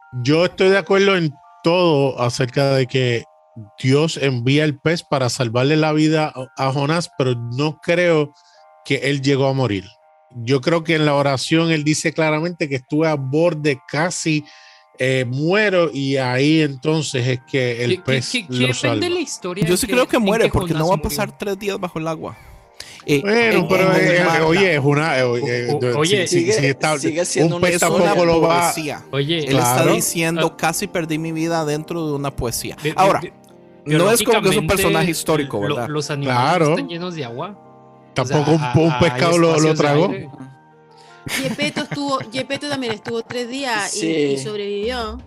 Yo estoy de acuerdo en todo acerca de que Dios envía el pez para salvarle la vida a Jonás, pero no creo que él llegó a morir. Yo creo que en la oración él dice claramente que estuve a borde, casi muero, y ahí entonces es que el pez lo salva. Depende de la historia. Yo sí creo que muere porque Jonás no va a murió. pasar 3 días bajo el agua. Bueno, pero oye, es una. Oye, sigue siendo un pez una tampoco lo va. poesía. Oye, Él claro. está diciendo casi perdí mi vida dentro de una poesía. Bi- bi- Ahora, bi- no es como que es un biológicamente, personaje histórico, ¿verdad? Los animales Claro. están llenos de agua. Tampoco O sea, un pescado hay lo espacios de tragó. aire. Gepetto también estuvo 3 días Sí. y sobrevivió.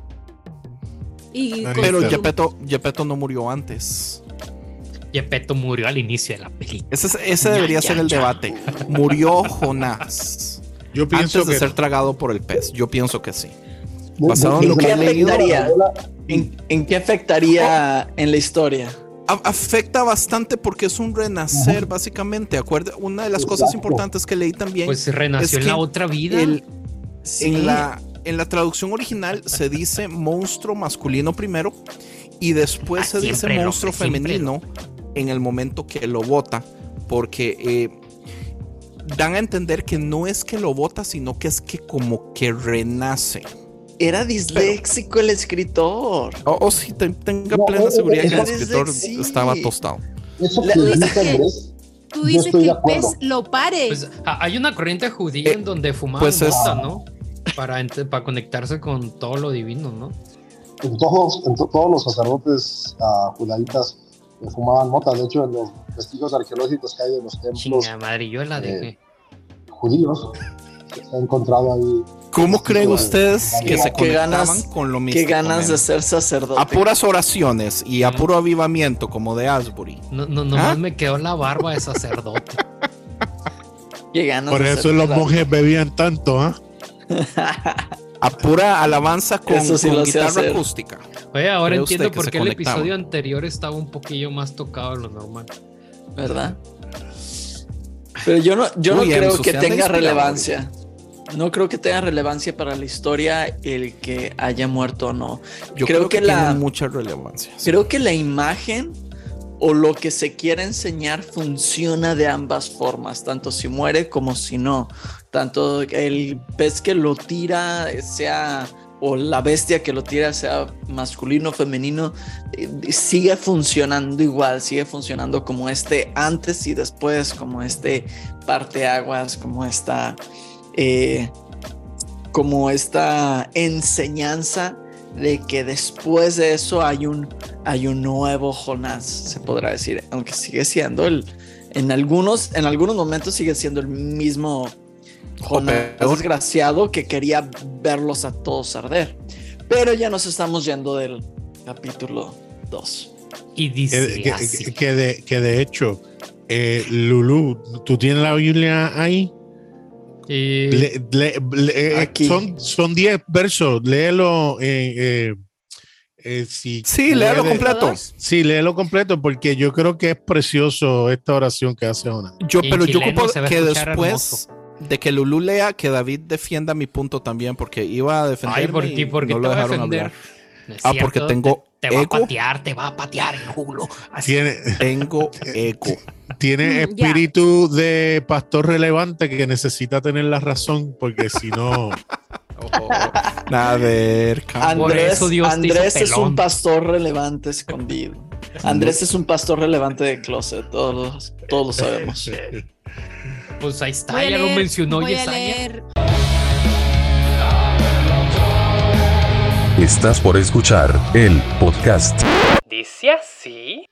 Y Ahí Pero está. Gepetto no murió antes. Gepetto murió al inicio de la película. Ese debería ser el debate. ¿Murió Jonás Yo pienso antes de que ser tragado por el pez? Yo pienso que sí. De- Basado en lo ¿En que qué he leído, afectaría? ¿En qué afectaría en la historia? afecta bastante porque es un renacer, básicamente. Acuerda, una de las cosas importantes que leí también Pues renació es en la que otra vida. Sí. en la traducción original se dice monstruo masculino primero y después se dice Siempre el monstruo hombre, siempre femenino en el momento que lo bota, porque dan a entender que no es que lo bota, sino que es que como que renace. Era disléxico el escritor. Sí, tenga No, plena seguridad que el era escritor sí. estaba tostado. Eso La- que la- dice Andrés, Tú yo dices estoy que de el pez acuerdo. lo pare. Pues, hay una corriente judía en donde fumaban pues es- mota, ¿no? Para conectarse con todo lo divino, ¿no? todos los sacerdotes judaítas fumaban mota. De hecho, en los vestigios arqueológicos que hay de los templos Chinga madre, yo la dejé. judíos, se ha encontrado ahí. ¿Cómo creen ustedes que se Qué conectaban ganas- con lo Qué místico? ganas de men? ser sacerdote. A puras oraciones y a puro avivamiento como de Asbury. Nomás me quedó la barba de sacerdote. Qué ganas por de eso ser los sacerdote. monjes bebían tanto, ¿ah? A pura alabanza con, Eso sí con lo sé guitarra hacer. acústica. Oye, ahora ¿Cree usted entiendo que por se qué el conectaban? episodio anterior estaba un poquillo más tocado de lo normal. ¿Verdad? Pero yo no Muy bien, creo que Susana, tenga inspirado. relevancia. No creo que tenga relevancia para la historia el que haya muerto o no. Yo Creo creo que que la- tiene mucha relevancia. sí. Creo que la imagen o lo que se quiere enseñar funciona de ambas formas, tanto si muere como si no. Tanto el pez que lo tira sea, o la bestia que lo tira sea masculino o femenino, sigue funcionando igual, sigue funcionando como este antes y después, como este parteaguas, como esta enseñanza de que después de eso hay un nuevo Jonás, se podrá decir, aunque sigue siendo en algunos momentos sigue siendo el mismo Jonás peor. desgraciado que quería verlos a todos arder. Pero ya nos estamos yendo del capítulo 2. Y dice así. Que de hecho, Lulú, ¿tú tienes la Biblia ahí? Aquí. Son 10 versos, léelo. Sí, léalo completo. Sí, léelo completo porque yo creo que es precioso esta oración que hace Jonás. Pero yo chileno ocupo se va a que escuchar después de que Lulú lea, que David defienda mi punto también, porque iba a defenderme Ay, ¿por qué? y ¿Por qué no te lo va a dejaron defender? hablar. No es Porque cierto, tengo te va a ego. te va a patear el culo. Así. Tengo eco. Tiene Ya. espíritu de pastor relevante que necesita tener la razón porque si no... A ver, calma. Por eso Dios te hizo Andrés es pelón. un pastor relevante escondido. Andrés es un pastor relevante de closet, todos lo sabemos. Pues ahí está, Voy a ya lo leer- mencionó voy a Yesaya. leer. Estás por escuchar el podcast. Dice así.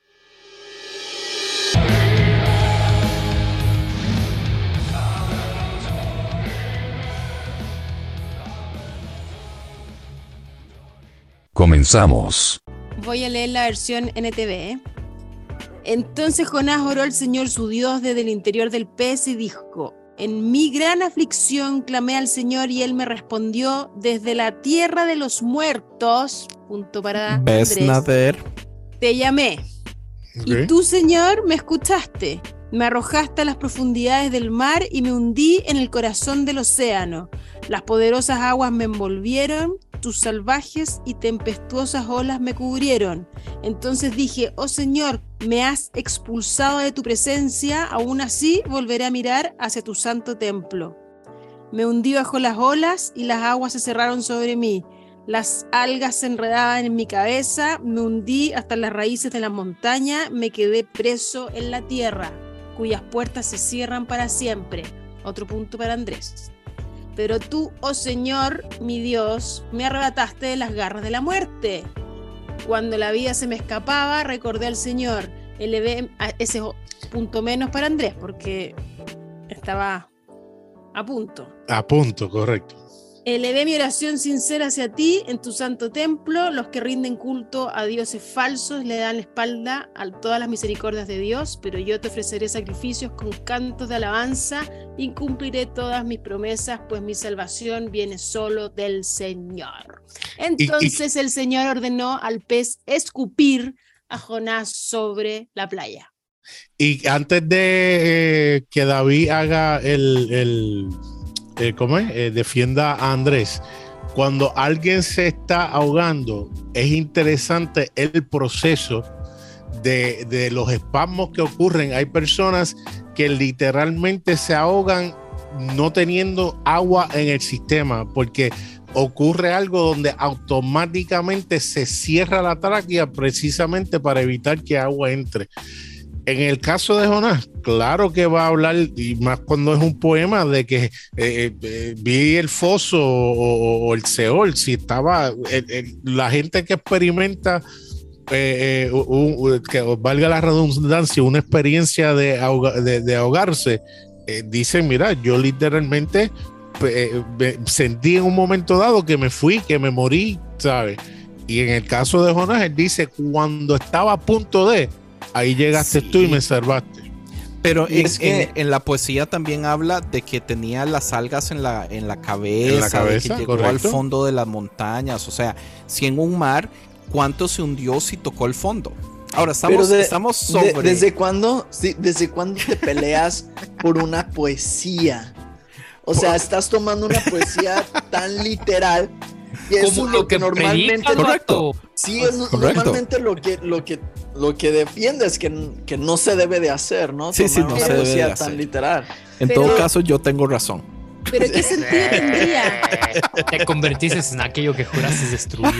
Comenzamos. Voy a leer la versión NTV. Entonces Jonás oró al Señor su Dios desde el interior del pez y dijo: en mi gran aflicción clamé al Señor y él me respondió desde la tierra de los muertos. Punto para ¿Ves, Andrés. Nader? Te llamé y Ok. tú, Señor, me escuchaste. Me arrojaste a las profundidades del mar y me hundí en el corazón del océano. Las poderosas aguas me envolvieron, tus salvajes y tempestuosas olas me cubrieron. Entonces dije, oh Señor, me has expulsado de tu presencia, aún así volveré a mirar hacia tu santo templo. Me hundí bajo las olas y las aguas se cerraron sobre mí. Las algas se enredaban en mi cabeza, me hundí hasta las raíces de la montaña, me quedé preso en la tierra, cuyas puertas se cierran para siempre. Otro punto para Andrés. Pero tú, oh Señor, mi Dios, me arrebataste de las garras de la muerte. Cuando la vida se me escapaba, recordé al Señor. Elevé ese punto menos para Andrés, porque estaba a punto. A punto, correcto. Elevé mi oración sincera hacia ti en tu santo templo. Los que rinden culto a dioses falsos le dan la espalda a todas las misericordias de Dios, pero yo te ofreceré sacrificios con cantos de alabanza y cumpliré todas mis promesas, pues mi salvación viene solo del Señor. Entonces el Señor ordenó al pez escupir a Jonás sobre la playa. Y antes de que David haga ¿cómo es? Defienda a Andrés. Cuando alguien se está ahogando, es interesante el proceso de los espasmos que ocurren. Hay personas que literalmente se ahogan no teniendo agua en el sistema, porque ocurre algo donde automáticamente se cierra la tráquea precisamente para evitar que agua entre. En el caso de Jonás, claro que va a hablar, y más cuando es un poema, de que vi el foso o el Seol. Si estaba la gente que experimenta, que valga la redundancia, una experiencia de ahogarse, dicen, mira, yo literalmente sentí en un momento dado que me fui, que me morí, ¿sabes? Y en el caso de Jonás, él dice, cuando estaba a punto de... Ahí llegaste tú y me salvaste. Pero en la poesía también habla de que tenía las algas en la cabeza, de que llegó al fondo de las montañas. O sea, si en un mar, ¿cuánto se hundió si tocó el fondo? Ahora estamos sobre... ¿Desde cuándo te peleas por una poesía? O sea, estás tomando una poesía tan literal. Y eso como es lo que normalmente... Correcto. Sí, es normalmente lo que defiende es que no se debe de hacer, ¿no? Sí, no una se debe poesía de hacer. tan literal. En todo caso, yo tengo razón. ¿Pero qué sentido tendría? Te convertiste en aquello que juraste destruir.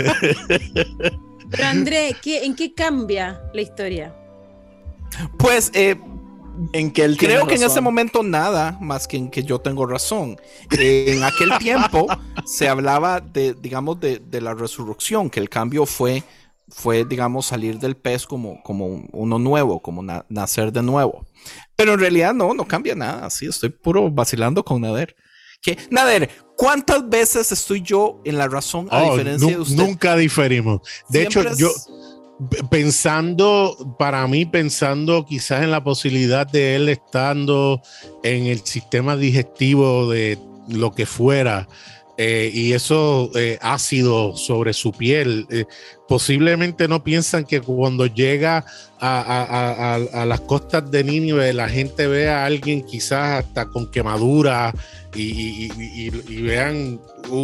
Pero André, ¿en qué cambia la historia? Pues... en que él creo que razón. en ese momento nada más que en que yo tengo razón. En aquel tiempo se hablaba digamos, de la resurrección, que el cambio fue, digamos, salir del pez como uno nuevo, como nacer de nuevo. Pero en realidad no cambia nada. Sí, estoy puro vacilando con Nader. Nader, ¿cuántas veces estoy yo en la razón a diferencia de usted? Nunca diferimos. De hecho, yo... pensando quizás en la posibilidad de él estando en el sistema digestivo de lo que fuera, y eso ácido sobre su piel, posiblemente no piensan que cuando llega a las costas de Nínive la gente vea a alguien quizás hasta con quemadura y vean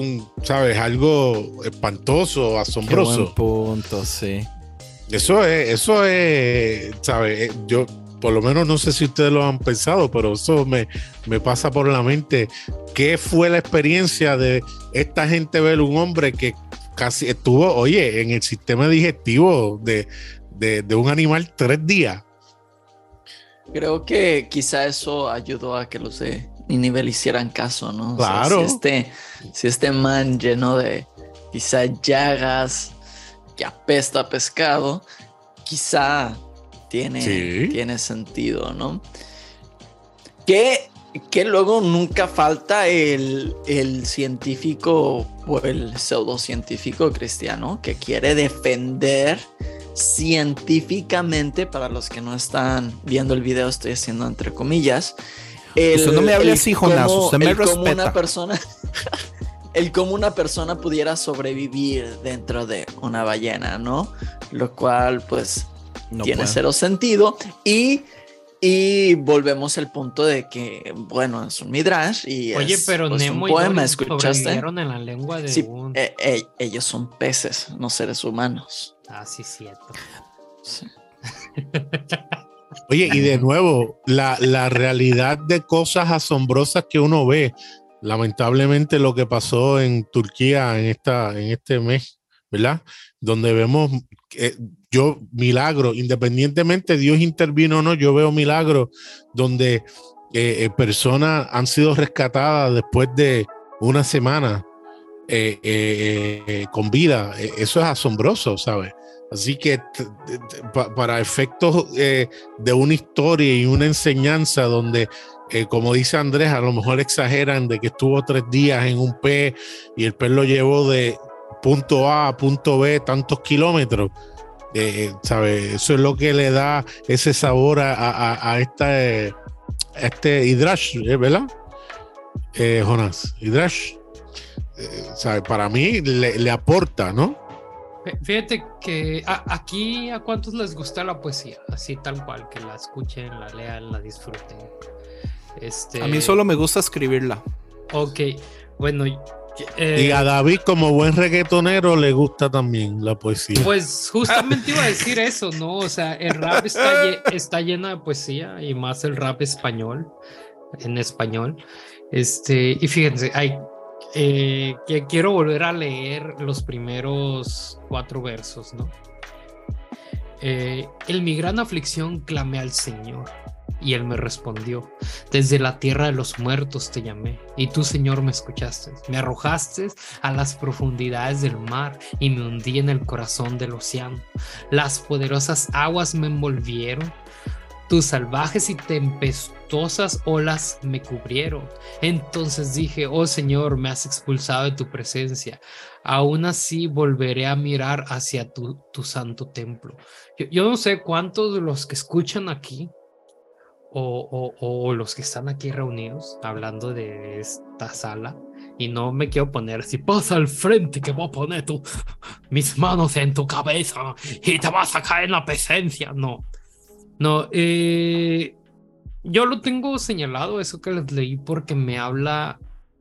algo espantoso, asombroso. Qué buen punto, sí. Eso es, ¿sabes? Yo, por lo menos, no sé si ustedes lo han pensado, pero eso me pasa por la mente. ¿Qué fue la experiencia de esta gente ver un hombre que casi estuvo, en el sistema digestivo de un animal 3 días? Creo que quizá eso ayudó a que los de Nínive le hicieran caso, ¿no? Claro. O sea, si este man lleno de quizá llagas, que apesta a pescado, quizá tiene sentido, ¿no? Que luego nunca falta el científico o el pseudocientífico cristiano que quiere defender científicamente, para los que no están viendo el video, estoy haciendo entre comillas. Usted no me hable así, Jonás, usted me respeta. Cómo una persona pudiera sobrevivir dentro de una ballena, ¿no? Lo cual, pues, no tiene puede. cero sentido. Y Y volvemos al punto de que, bueno, es un midrash y Oye, es pero pues, Nemo un y poema, Dory ¿escuchaste? sobrevivieron en la lengua de Sí, un... ellos son peces, no seres humanos. Ah, sí, cierto. Sí. Oye, y de nuevo, la realidad de cosas asombrosas que uno ve, lamentablemente lo que pasó en Turquía en este mes, ¿verdad? Donde vemos, milagros, independientemente Dios intervino o no, yo veo milagros donde personas han sido rescatadas después de una semana con vida. Eso es asombroso, ¿sabes? Así que para efectos de una historia y una enseñanza donde, como dice Andrés, a lo mejor exageran de que estuvo 3 días en un pez y el pez lo llevó de punto A a punto B tantos kilómetros, ¿sabes? Eso es lo que le da ese sabor a este Hidrash, ¿verdad? Jonás, Hidrash, ¿sabes? Para mí le aporta, ¿no? Fíjate que aquí a cuántos les gusta la poesía, así tal cual, que la escuchen, la lean, la disfruten. A mí solo me gusta escribirla. Ok, bueno. Y a David, como buen reggaetonero, le gusta también la poesía. Pues justamente iba a decir eso, ¿no? O sea, el rap está lleno de poesía y más el rap español, en español. Y fíjense, que quiero volver a leer los primeros 4 versos, ¿no? En mi gran aflicción clamé al Señor y Él me respondió. Desde la tierra de los muertos te llamé y tú, Señor, me escuchaste. Me arrojaste a las profundidades del mar y me hundí en el corazón del océano. Las poderosas aguas me envolvieron. Tus salvajes y tempestuosas olas me cubrieron. Entonces dije, oh Señor, me has expulsado de tu presencia. Aún así volveré a mirar hacia tu santo templo. Yo no sé cuántos de los que escuchan aquí o los que están aquí reunidos hablando de esta sala, y no me quiero poner así, pasa al frente que voy a poner mis manos en tu cabeza y te vas a caer en la presencia. No, yo lo tengo señalado, eso que les leí, porque me habla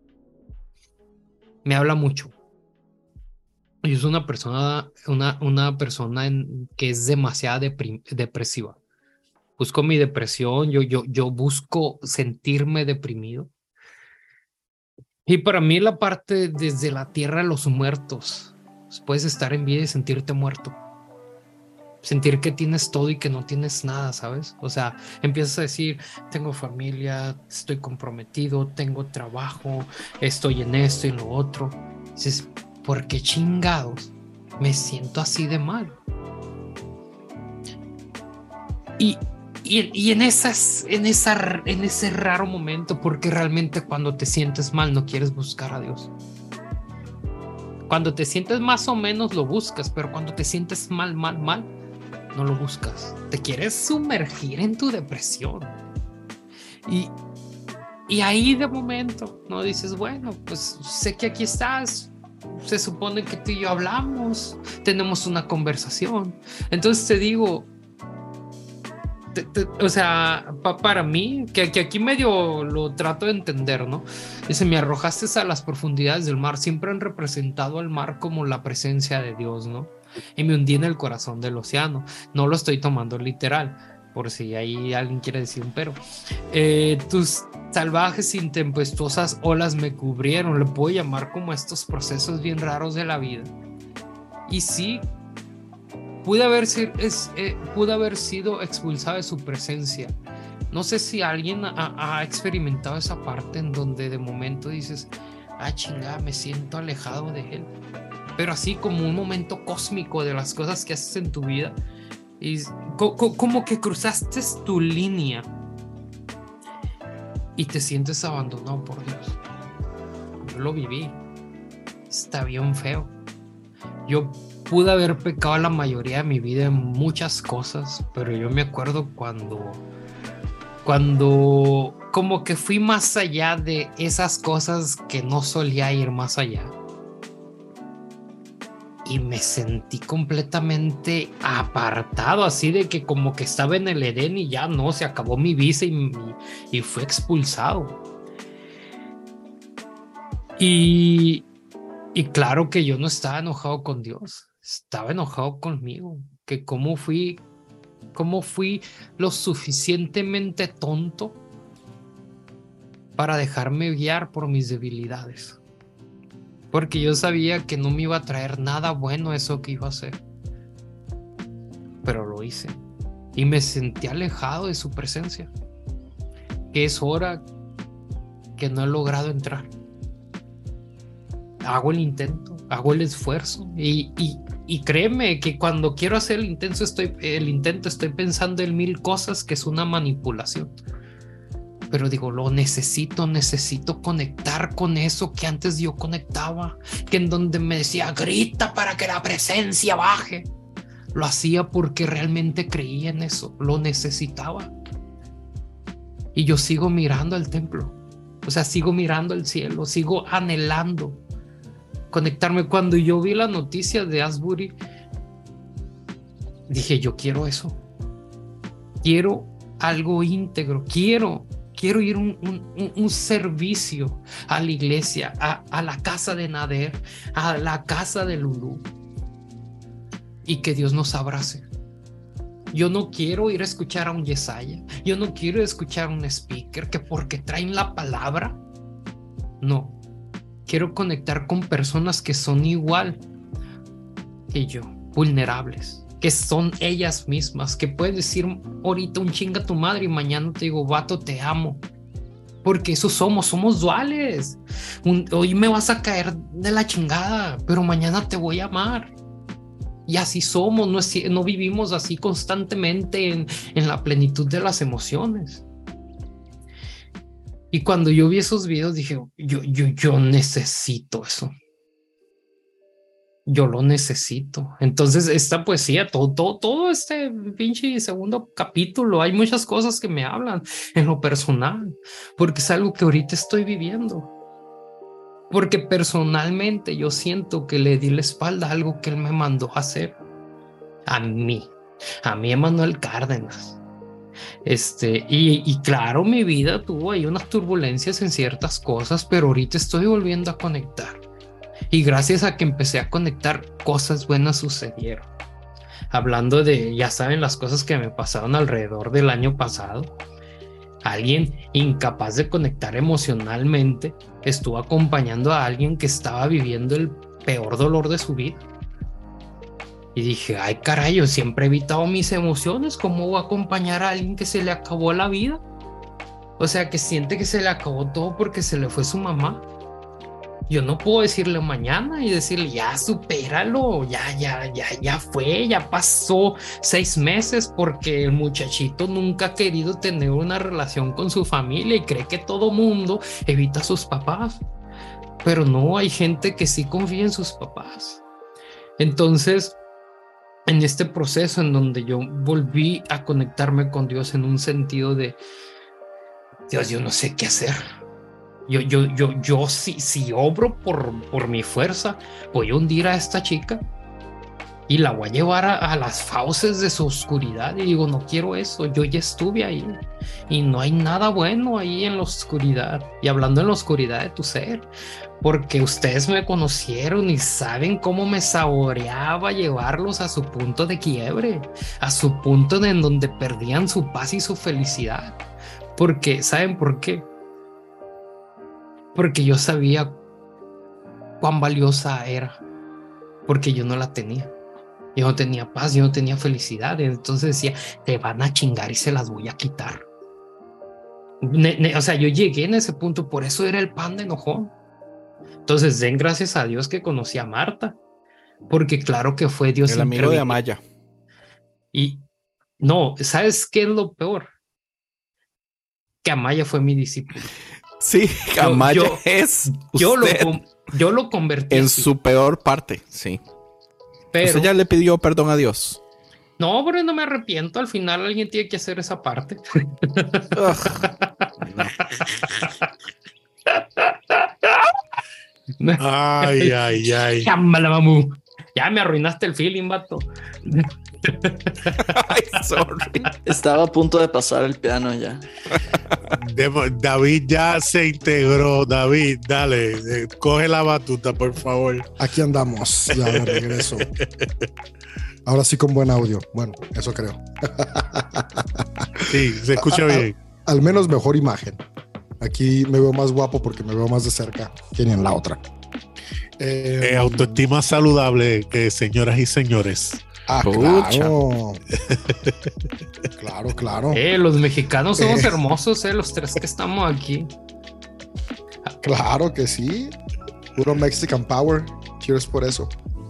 mucho. Yo soy una persona, que es demasiado depresiva. Busco mi depresión, yo busco sentirme deprimido. Y para mí la parte desde la tierra de los muertos, puedes estar en vida y sentirte muerto. Sentir que tienes todo y que no tienes nada, ¿sabes? O sea, empiezas a decir, tengo familia, estoy comprometido, tengo trabajo, estoy en esto y en lo otro. Dices, ¿por qué chingados me siento así de mal? Y en ese raro momento, porque realmente cuando te sientes mal no quieres buscar a Dios. Cuando te sientes más o menos lo buscas, pero cuando te sientes mal, no lo buscas. Te quieres sumergir en tu depresión. Y ahí de momento, ¿no? Dices, bueno, pues sé que aquí estás. Se supone que tú y yo hablamos. Tenemos una conversación. Entonces te digo, o sea, para mí, que aquí medio lo trato de entender, ¿no? Dice, me arrojaste a las profundidades del mar. Siempre han representado al mar como la presencia de Dios, ¿no? Y me hundí en el corazón del océano. No lo estoy tomando literal, por si ahí alguien quiere decir un pero. Tus salvajes y tempestuosas olas me cubrieron. Le puedo llamar como estos procesos bien raros de la vida. Y sí, pude haber sido expulsado de su presencia. No sé si alguien ha experimentado esa parte en donde de momento dices, chingada, me siento alejado de Él. Pero así como un momento cósmico de las cosas que haces en tu vida, y como que cruzaste tu línea y te sientes abandonado por Dios. Yo lo viví, está bien feo. Yo pude haber pecado la mayoría de mi vida en muchas cosas, pero yo me acuerdo cuando como que fui más allá de esas cosas que no solía ir más allá. y me sentí completamente apartado, así de que como que estaba en el Edén y ya no, se acabó mi visa y fue expulsado. Y claro que yo no estaba enojado con Dios, estaba enojado conmigo, que cómo fui lo suficientemente tonto para dejarme guiar por mis debilidades. Porque yo sabía que no me iba a traer nada bueno eso que iba a hacer. Pero lo hice. Y me sentí alejado de su presencia. Que es hora que no he logrado entrar. Hago el intento, hago el esfuerzo. Y créeme que cuando quiero hacer el intento estoy pensando en 1000 cosas, que es una manipulación. Pero digo, necesito conectar con eso que antes yo conectaba, que en donde me decía, grita para que la presencia baje. Lo hacía porque realmente creía en eso, lo necesitaba. Y yo sigo mirando al templo, o sea, sigo mirando al cielo, sigo anhelando conectarme. Cuando yo vi la noticia de Asbury, dije, yo quiero eso. Quiero algo íntegro, quiero ir un servicio a la iglesia, a la casa de Nader, a la casa de Lulú, y que Dios nos abrace. Yo no quiero ir a escuchar a un Yesaya, yo no quiero escuchar a un speaker que porque traen la palabra. No, quiero conectar con personas que son igual que yo, vulnerables, que son ellas mismas, que puedes decir ahorita un chinga tu madre y mañana te digo, vato, te amo. Porque eso somos duales. Hoy me vas a caer de la chingada, pero mañana te voy a amar. Y así somos, no vivimos así constantemente en la plenitud de las emociones. Y cuando yo vi esos videos dije, yo necesito eso. Yo lo necesito. Entonces esta poesía, todo este pinche segundo capítulo, hay muchas cosas que me hablan en lo personal, porque es algo que ahorita estoy viviendo. Porque personalmente yo siento que le di la espalda a algo que él me mandó a hacer. A mí Emanuel Cárdenas. Y claro, mi vida tuvo ahí unas turbulencias en ciertas cosas, pero ahorita estoy volviendo a conectar. Y gracias a que empecé a conectar, cosas buenas sucedieron. Hablando de, ya saben, las cosas que me pasaron alrededor del año pasado. Alguien incapaz de conectar emocionalmente estuvo acompañando a alguien que estaba viviendo el peor dolor de su vida. Y dije, ay caray, yo siempre he evitado mis emociones. ¿Cómo voy a acompañar a alguien que se le acabó la vida? O sea, que siente que se le acabó todo porque se le fue su mamá. Yo no puedo decirle mañana y decirle, ya supéralo, ya fue, ya pasó 6 meses, porque el muchachito nunca ha querido tener una relación con su familia y cree que todo mundo evita a sus papás. Pero no, hay gente que sí confía en sus papás. Entonces, en este proceso en donde yo volví a conectarme con Dios en un sentido de, Dios, yo no sé qué hacer. Yo si obro por mi fuerza, voy a hundir a esta chica y la voy a llevar a las fauces de su oscuridad. Y digo, no quiero eso, yo ya estuve ahí y no hay nada bueno ahí en la oscuridad. Y hablando en la oscuridad de tu ser, porque ustedes me conocieron y saben cómo me saboreaba llevarlos a su punto de quiebre, a su punto en donde perdían su paz y su felicidad. Porque, ¿saben por qué? Porque yo sabía cuán valiosa era, porque yo no la tenía. Yo no tenía paz, yo no tenía felicidad. Entonces decía, te van a chingar y se las voy a quitar. O sea, yo llegué en ese punto, por eso era el pan de enojón. Entonces den gracias a Dios que conocí a Marta, porque claro que fue Dios. El amigo de Amaya. Y no, ¿sabes qué es lo peor? Que Amaya fue mi discípulo. Sí, Amaya es usted yo lo convertí en así. Su peor parte, sí. Pero usted ya le pidió perdón a Dios. No, pero no me arrepiento. Al final alguien tiene que hacer esa parte. Ay. Cámala, mamú. Ya me arruinaste el feeling, vato. Ay, sorry. Estaba a punto de pasar el piano ya. David ya se integró. David, dale, coge la batuta, por favor. Aquí andamos, ya de regreso. Ahora sí con buen audio. Bueno, eso creo. Sí, se escucha bien. Al menos mejor imagen. Aquí me veo más guapo porque me veo más de cerca que ni en la otra. Autoestima saludable, señoras y señores. Claro. Claro. Los mexicanos somos hermosos, los tres que estamos aquí. Claro que sí. Puro Mexican Power. Cheers por eso.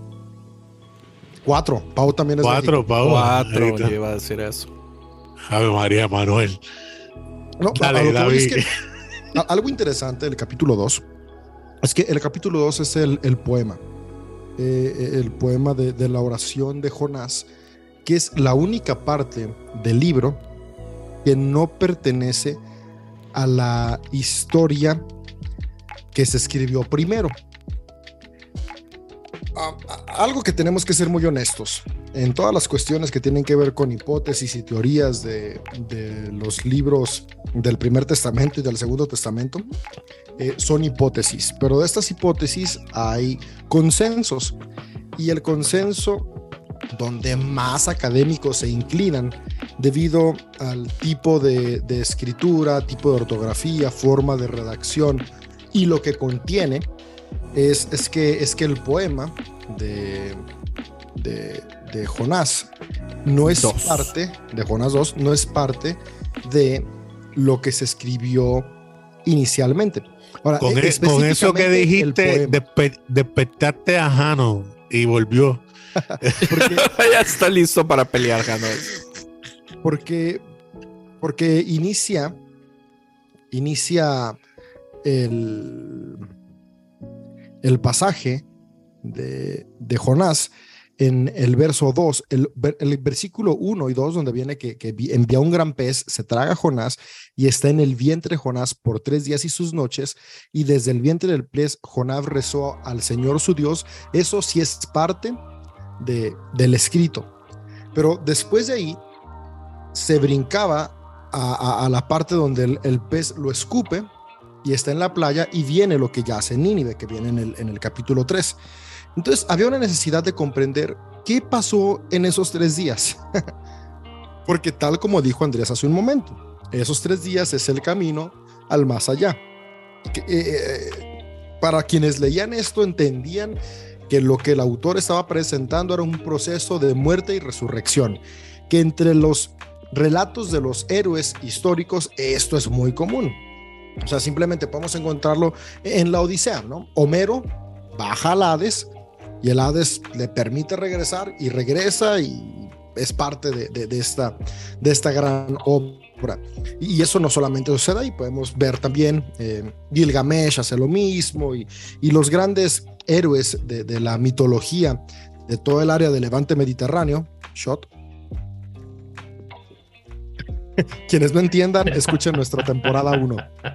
4. Pau también es 4, Pau. 4, yo iba a decir eso. Ave María, Manuel. No, dale, David. Es que, algo interesante del capítulo 2 es que el capítulo 2 es el poema. El poema de la oración de Jonás, que es la única parte del libro que no pertenece a la historia que se escribió primero. Algo que tenemos que ser muy honestos en todas las cuestiones que tienen que ver con hipótesis y teorías de los libros del Primer Testamento y del Segundo Testamento, son hipótesis, pero de estas hipótesis hay consensos, y el consenso donde más académicos se inclinan debido al tipo de escritura, tipo de ortografía, forma de redacción y lo que contiene es que el poema de Jonás no es parte de Jonás 2, no es parte de lo que se escribió inicialmente. Ahora, con eso que dijiste, despertaste a Jano y volvió. Ya está listo para pelear, Jano. Porque inicia el pasaje de Jonás en el verso 2, el versículo 1 y 2, donde viene que envía un gran pez, se traga a Jonás y está en el vientre de Jonás por 3 días y sus noches, y desde el vientre del pez Jonás rezó al Señor su Dios. Eso sí es parte del escrito, pero después de ahí se brincaba a la parte donde el pez lo escupe y está en la playa, y viene lo que ya hace Nínive, que viene en el capítulo 3. Entonces había una necesidad de comprender qué pasó en esos 3 días. Porque tal como dijo Andrés hace un momento, esos 3 días es el camino al más allá. Para quienes leían esto entendían que lo que el autor estaba presentando era un proceso de muerte y resurrección, que entre los relatos de los héroes históricos esto es muy común. O sea, simplemente podemos encontrarlo en la Odisea, ¿no? Homero baja al Hades y el Hades le permite regresar y regresa, y es parte de esta gran obra. Y eso no solamente sucede ahí, podemos ver también Gilgamesh hace lo mismo, y los grandes héroes de la mitología de todo el área del Levante Mediterráneo. Shot. Quienes no entiendan, escuchen nuestra temporada 1.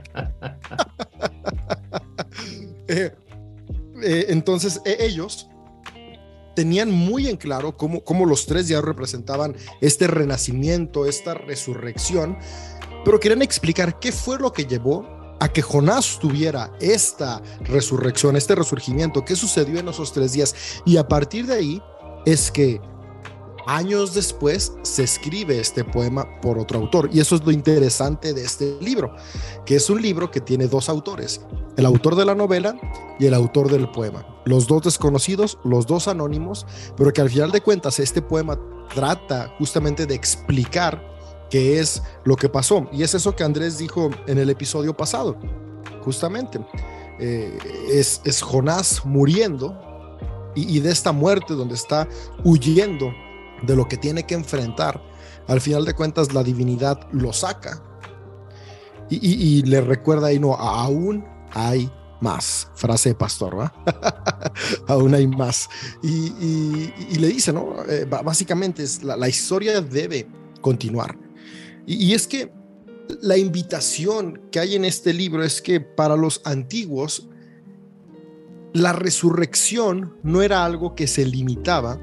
Entonces ellos tenían muy en claro cómo los 3 días representaban este renacimiento, esta resurrección, pero querían explicar qué fue lo que llevó a que Jonás tuviera esta resurrección, este resurgimiento, qué sucedió en esos 3 días, y a partir de ahí es que años después se escribe este poema por otro autor. Y eso es lo interesante de este libro, que es un libro que tiene 2 autores, el autor de la novela y el autor del poema, los 2 desconocidos, los 2 anónimos, pero que al final de cuentas este poema trata justamente de explicar qué es lo que pasó. Y es eso que Andrés dijo en el episodio pasado, justamente es Jonás muriendo, y de esta muerte donde está huyendo de lo que tiene que enfrentar, al final de cuentas la divinidad lo saca y le recuerda ahí, no, aún hay más, frase de pastor, ¿va? Aún hay más, y le dice, ¿no? Básicamente es la historia debe continuar, y es que la invitación que hay en este libro es que para los antiguos la resurrección no era algo que se limitaba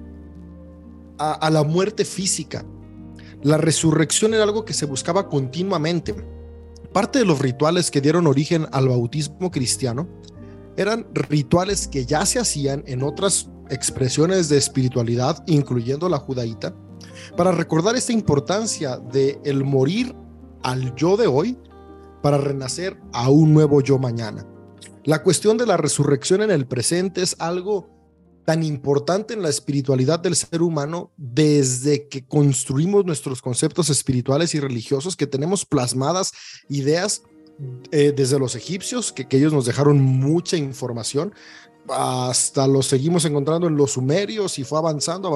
a la muerte física. La resurrección era algo que se buscaba continuamente. Parte de los rituales que dieron origen al bautismo cristiano eran rituales que ya se hacían en otras expresiones de espiritualidad, incluyendo la judaíta, para recordar esta importancia de el morir al yo de hoy para renacer a un nuevo yo mañana. La cuestión de la resurrección en el presente es algo tan importante en la espiritualidad del ser humano desde que construimos nuestros conceptos espirituales y religiosos, que tenemos plasmadas ideas desde los egipcios, que ellos nos dejaron mucha información, hasta lo seguimos encontrando en los sumerios y fue avanzando.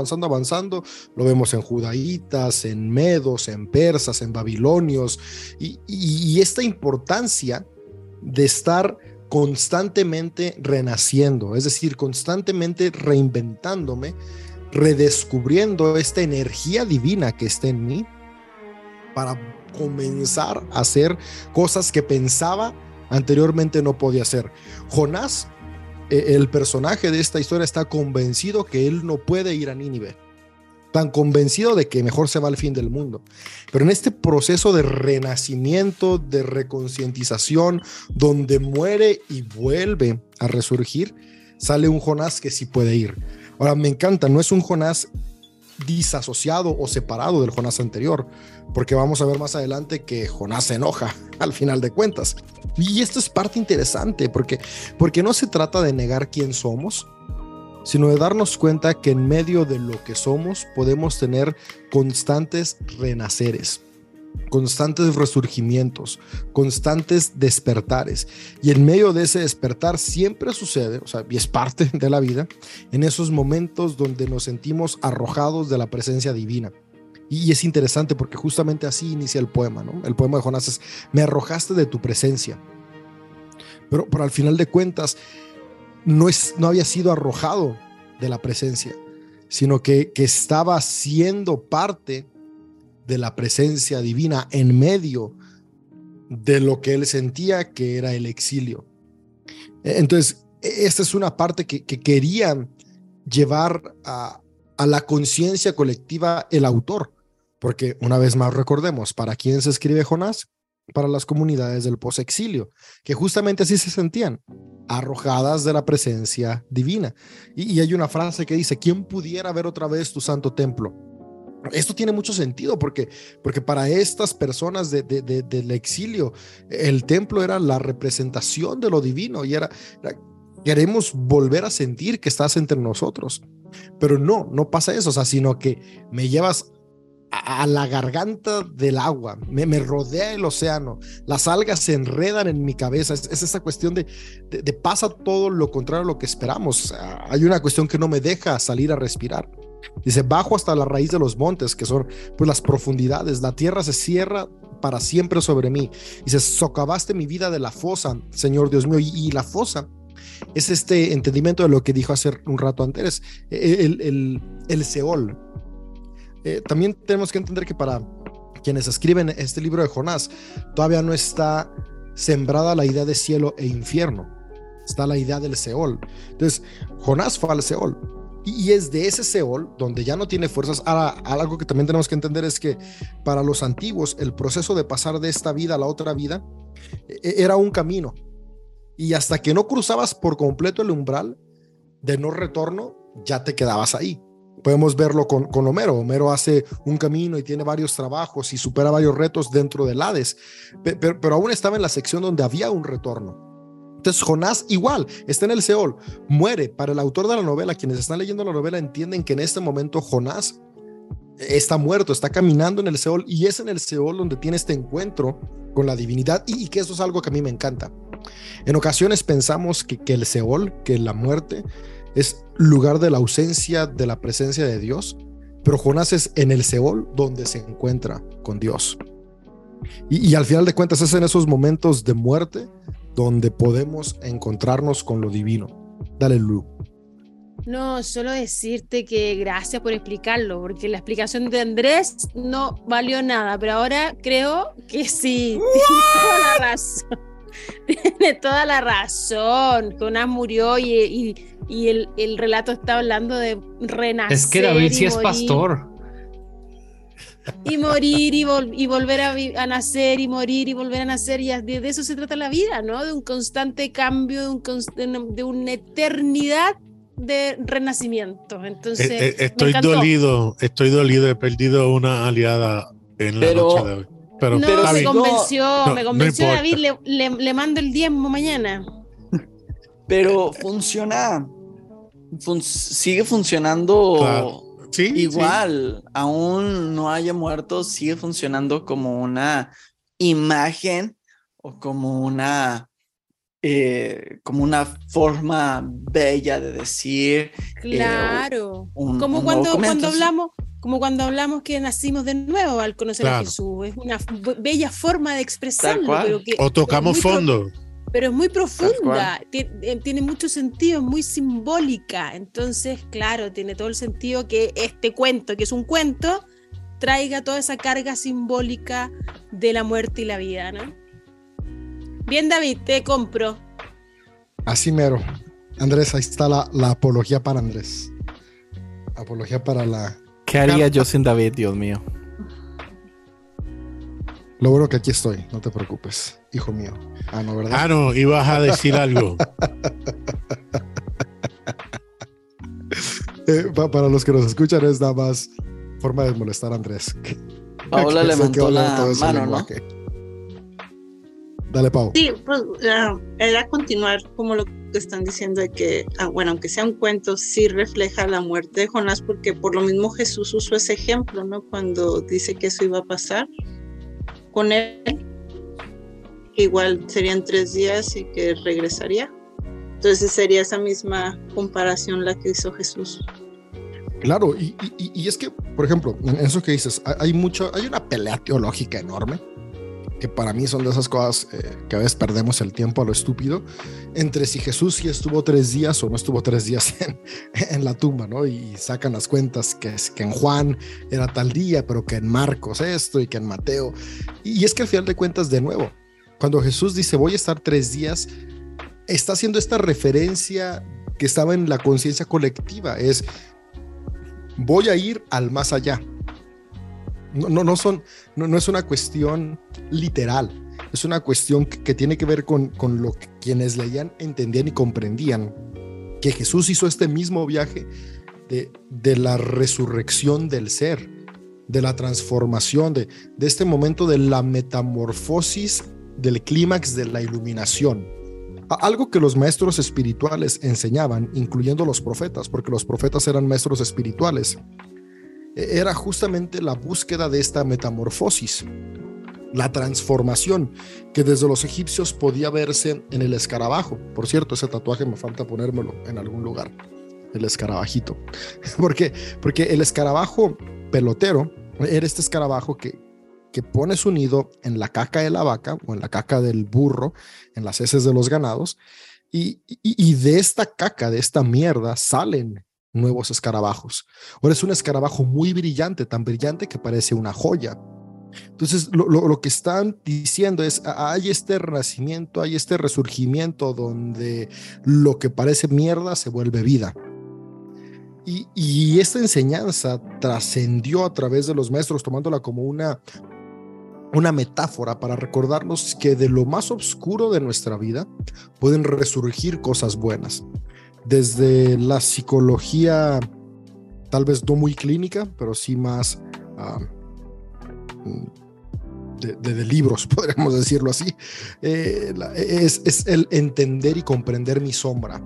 Lo vemos en judaítas, en medos, en persas, en babilonios, y esta importancia de estar constantemente renaciendo, es decir, constantemente reinventándome, redescubriendo esta energía divina que está en mí para comenzar a hacer cosas que pensaba anteriormente no podía hacer. Jonás, el personaje de esta historia, está convencido que él no puede ir a Nínive, tan convencido de que mejor se va al fin del mundo. Pero en este proceso de renacimiento, de reconcientización, donde muere y vuelve a resurgir, sale un Jonás que sí puede ir. Ahora, me encanta, no es un Jonás disasociado o separado del Jonás anterior, porque vamos a ver más adelante que Jonás se enoja al final de cuentas. Y esto es parte interesante, porque no se trata de negar quién somos, sino de darnos cuenta que en medio de lo que somos podemos tener constantes renaceres, constantes resurgimientos, constantes despertares. Y en medio de ese despertar siempre sucede, y es parte de la vida, en esos momentos donde nos sentimos arrojados de la presencia divina. Y es interesante porque justamente así inicia el poema, ¿no? El poema de Jonás es: me arrojaste de tu presencia. Pero al final de cuentas, no había sido arrojado de la presencia, sino que estaba siendo parte de la presencia divina en medio de lo que él sentía que era el exilio. Entonces, esta es una parte que quería llevar a la conciencia colectiva el autor, porque una vez más recordemos, ¿para quién se escribe Jonás? Para las comunidades del posexilio, que justamente así se sentían, arrojadas de la presencia divina. Y hay una frase que dice: ¿quién pudiera ver otra vez tu santo templo? Esto tiene mucho sentido porque para estas personas del exilio, el templo era la representación de lo divino y era queremos volver a sentir que estás entre nosotros. Pero no pasa eso, sino que me llevas a la garganta del agua, me rodea el océano, las algas se enredan en mi cabeza. Es esa cuestión de pasa todo lo contrario a lo que esperamos. Hay una cuestión que no me deja salir a respirar. Dice: bajo hasta la raíz de los montes, que son pues las profundidades, la tierra se cierra para siempre sobre mí. Dice: socavaste mi vida de la fosa, Señor Dios mío. Y la fosa es este entendimiento de lo que dijo hace un rato antes, el Seol. También tenemos que entender que para quienes escriben este libro de Jonás, todavía no está sembrada la idea de cielo e infierno, está la idea del Seol. Entonces, Jonás fue al Seol, y es de ese Seol donde ya no tiene fuerzas. Ahora, algo que también tenemos que entender es que para los antiguos, el proceso de pasar de esta vida a la otra vida era un camino, y hasta que no cruzabas por completo el umbral de no retorno, ya te quedabas ahí. Podemos verlo con Homero. Homero hace un camino y tiene varios trabajos y supera varios retos dentro del Hades, pero aún estaba en la sección donde había un retorno. Entonces Jonás igual está en el Seol, muere. Para el autor de la novela, quienes están leyendo la novela entienden que en este momento Jonás está muerto, está caminando en el Seol, y es en el Seol donde tiene este encuentro con la divinidad, y que eso es algo que a mí me encanta. En ocasiones pensamos que el Seol, que la muerte, es lugar de la ausencia de la presencia de Dios, pero Jonás es en el Seol donde se encuentra con Dios. Y al final de cuentas es en esos momentos de muerte donde podemos encontrarnos con lo divino. Dale, Lu. No, solo decirte que gracias por explicarlo, porque la explicación de Andrés no valió nada, pero ahora creo que sí, tienes toda la razón. Tiene toda la razón. Jonás murió y el relato está hablando de renacer. Es que David sí es morir, pastor. y morir y volver a nacer y morir y volver a nacer. Y de eso se trata la vida, ¿no? De un constante cambio, de una eternidad de renacimiento. Entonces, estoy dolido, he perdido una aliada en la noche de hoy. Pero me convenció, no convenció importa. David, le mando el diezmo mañana. Pero funciona, sigue funcionando. Claro. Sí, igual, aún no haya muerto, sigue funcionando como una imagen o como una forma bella de decir. Claro. Un Como nuevo cuando comienzo. hablamos que nacimos de nuevo al conocer a Claro. Jesús. Es una bella forma de expresarlo. Tal cual. Pero que O tocamos fondo. pero es muy profunda, Tal tiene mucho sentido, es muy simbólica. Entonces, claro, tiene todo el sentido que este cuento, que es un cuento, traiga toda esa carga simbólica de la muerte y la vida, ¿no? Bien, David, te compro. Así mero. Andrés, ahí está la apología para Andrés. Apología para la... ¿Qué haría yo sin David, Dios mío? Lo bueno que aquí estoy, no te preocupes, hijo mío. Ah, no, ¿verdad? Ah, no, ibas a decir algo. Para los que nos escuchan es nada más forma de molestar a Andrés. Paola Que sé que levantó habla la todo ese mano, lenguaje. Dale, Pau. Sí, pues era continuar como lo que están diciendo de que, bueno, aunque sea un cuento, sí refleja la muerte de Jonás, porque por lo mismo Jesús usó ese ejemplo, ¿no? Cuando dice que eso iba a pasar con él, que igual serían 3 días y que regresaría. Entonces sería esa misma comparación la que hizo Jesús. Claro, y es que, por ejemplo, en eso que dices, hay una pelea teológica enorme, que para mí son de esas cosas que a veces perdemos el tiempo a lo estúpido, entre si Jesús sí estuvo 3 días o no estuvo 3 días en la tumba, ¿no? Y sacan las cuentas que en Juan era tal día, pero que en Marcos esto y que en Mateo. Y es que al final de cuentas, de nuevo, cuando Jesús dice voy a estar 3 días, está haciendo esta referencia que estaba en la conciencia colectiva, es voy a ir al más allá. No es una cuestión literal, es una cuestión que tiene que ver con lo que quienes leían entendían y comprendían, que Jesús hizo este mismo viaje de la resurrección del ser, de la transformación, de este momento de la metamorfosis, del clímax de la iluminación. Algo que los maestros espirituales enseñaban, incluyendo los profetas, porque los profetas eran maestros espirituales, era justamente la búsqueda de esta metamorfosis, la transformación, que desde los egipcios podía verse en el escarabajo. Por cierto, ese tatuaje me falta ponérmelo en algún lugar, el escarabajito. ¿Por qué? Porque el escarabajo pelotero era este escarabajo que pone su nido en la caca de la vaca o en la caca del burro, en las heces de los ganados, y de esta caca, de esta mierda, salen nuevos escarabajos. Ahora es un escarabajo muy brillante, tan brillante que parece una joya. Entonces lo que están diciendo es, hay este renacimiento, hay este resurgimiento donde lo que parece mierda se vuelve vida. Y esta enseñanza trascendió a través de los maestros, tomándola como una metáfora para recordarnos que de lo más oscuro de nuestra vida pueden resurgir cosas buenas. Desde la psicología, tal vez no muy clínica, pero sí más de libros, podríamos decirlo así, es el entender y comprender mi sombra.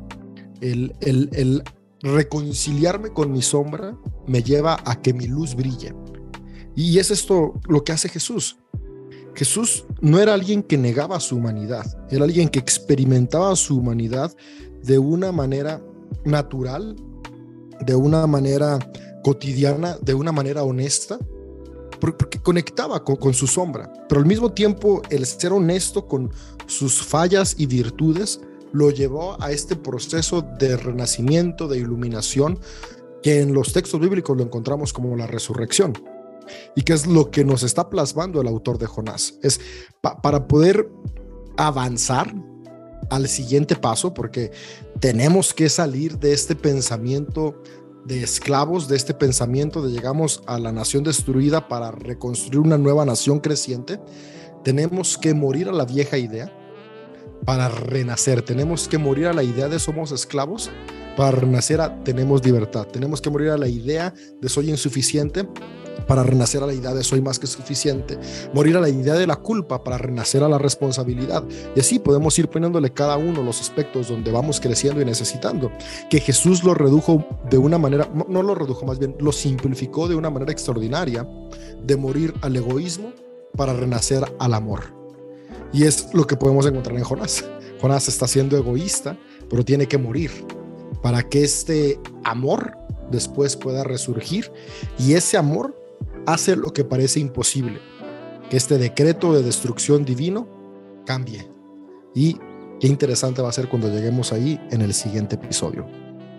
El reconciliarme con mi sombra me lleva a que mi luz brille. Y es esto lo que hace Jesús. Jesús no era alguien que negaba su humanidad, era alguien que experimentaba su humanidad de una manera natural, de una manera cotidiana, de una manera honesta, porque conectaba con su sombra, pero al mismo tiempo el ser honesto con sus fallas y virtudes lo llevó a este proceso de renacimiento, de iluminación, que en los textos bíblicos lo encontramos como la resurrección. Y que es lo que nos está plasmando el autor de Jonás. Es para poder avanzar al siguiente paso, porque tenemos que salir de este pensamiento de esclavos, de este pensamiento de llegamos a la nación destruida para reconstruir una nueva nación creciente. Tenemos que morir a la vieja idea para renacer. Tenemos que morir a la idea de somos esclavos para renacer a tenemos libertad. Tenemos que morir a la idea de soy insuficiente para renacer a la idea de soy más que suficiente. Morir a la idea de la culpa para renacer a la responsabilidad. Y así podemos ir poniéndole cada uno los aspectos donde vamos creciendo y necesitando. Que Jesús lo redujo de una manera, no lo redujo, más bien lo simplificó de una manera extraordinaria, de morir al egoísmo para renacer al amor. Y es lo que podemos encontrar en Jonás. Jonás está siendo egoísta, pero tiene que morir para que este amor después pueda resurgir, y ese amor hace lo que parece imposible, que este decreto de destrucción divino cambie. Y qué interesante va a ser cuando lleguemos ahí en el siguiente episodio.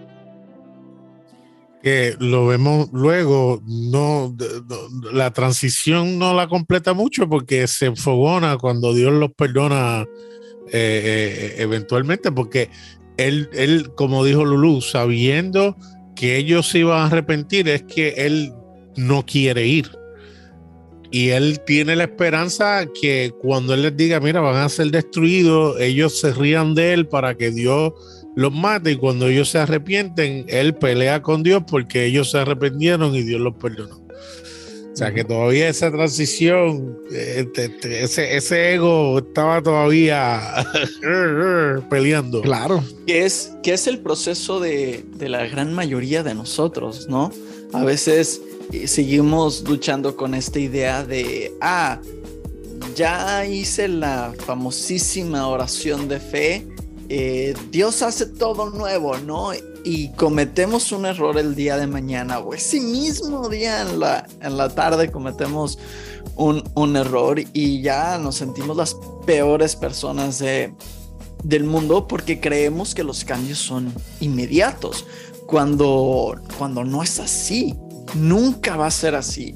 Que lo vemos luego, la transición no la completa mucho porque se enfogona cuando Dios los perdona eventualmente, porque él, como dijo Lulú, sabiendo que ellos se iban a arrepentir, es que él no quiere ir. Y él tiene la esperanza que cuando él les diga, mira, van a ser destruidos, ellos se rían de él para que Dios los mate, y cuando ellos se arrepienten, él pelea con Dios porque ellos se arrepintieron y Dios los perdonó. O sea que todavía esa transición, ese ego estaba todavía peleando. Claro. Que es el proceso de la gran mayoría de nosotros, ¿no? A veces seguimos luchando con esta idea de, ya hice la famosísima oración de fe, Dios hace todo nuevo, ¿no? Y cometemos un error el día de mañana, o ese mismo día en la tarde cometemos un error y ya nos sentimos las peores personas del mundo porque creemos que los cambios son inmediatos, cuando no es así. Nunca va a ser así.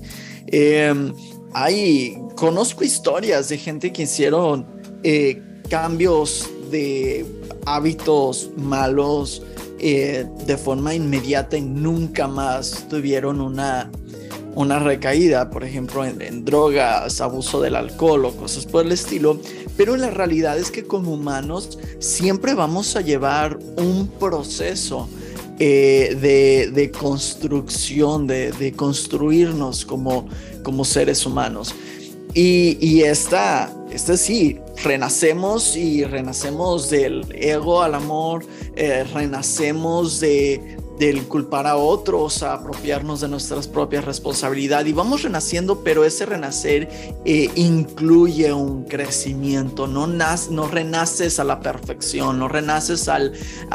Conozco historias de gente que hicieron cambios de hábitos malos de forma inmediata y nunca más tuvieron una recaída, por ejemplo, en drogas, abuso del alcohol o cosas por el estilo. Pero la realidad es que como humanos siempre vamos a llevar un proceso de construcción, de construirnos como seres humanos. Y esta sí, renacemos del ego al amor, renacemos del culpar a otros, a apropiarnos de nuestras propias responsabilidades, y vamos renaciendo, pero ese renacer incluye un crecimiento. No renaces a la perfección, no renaces al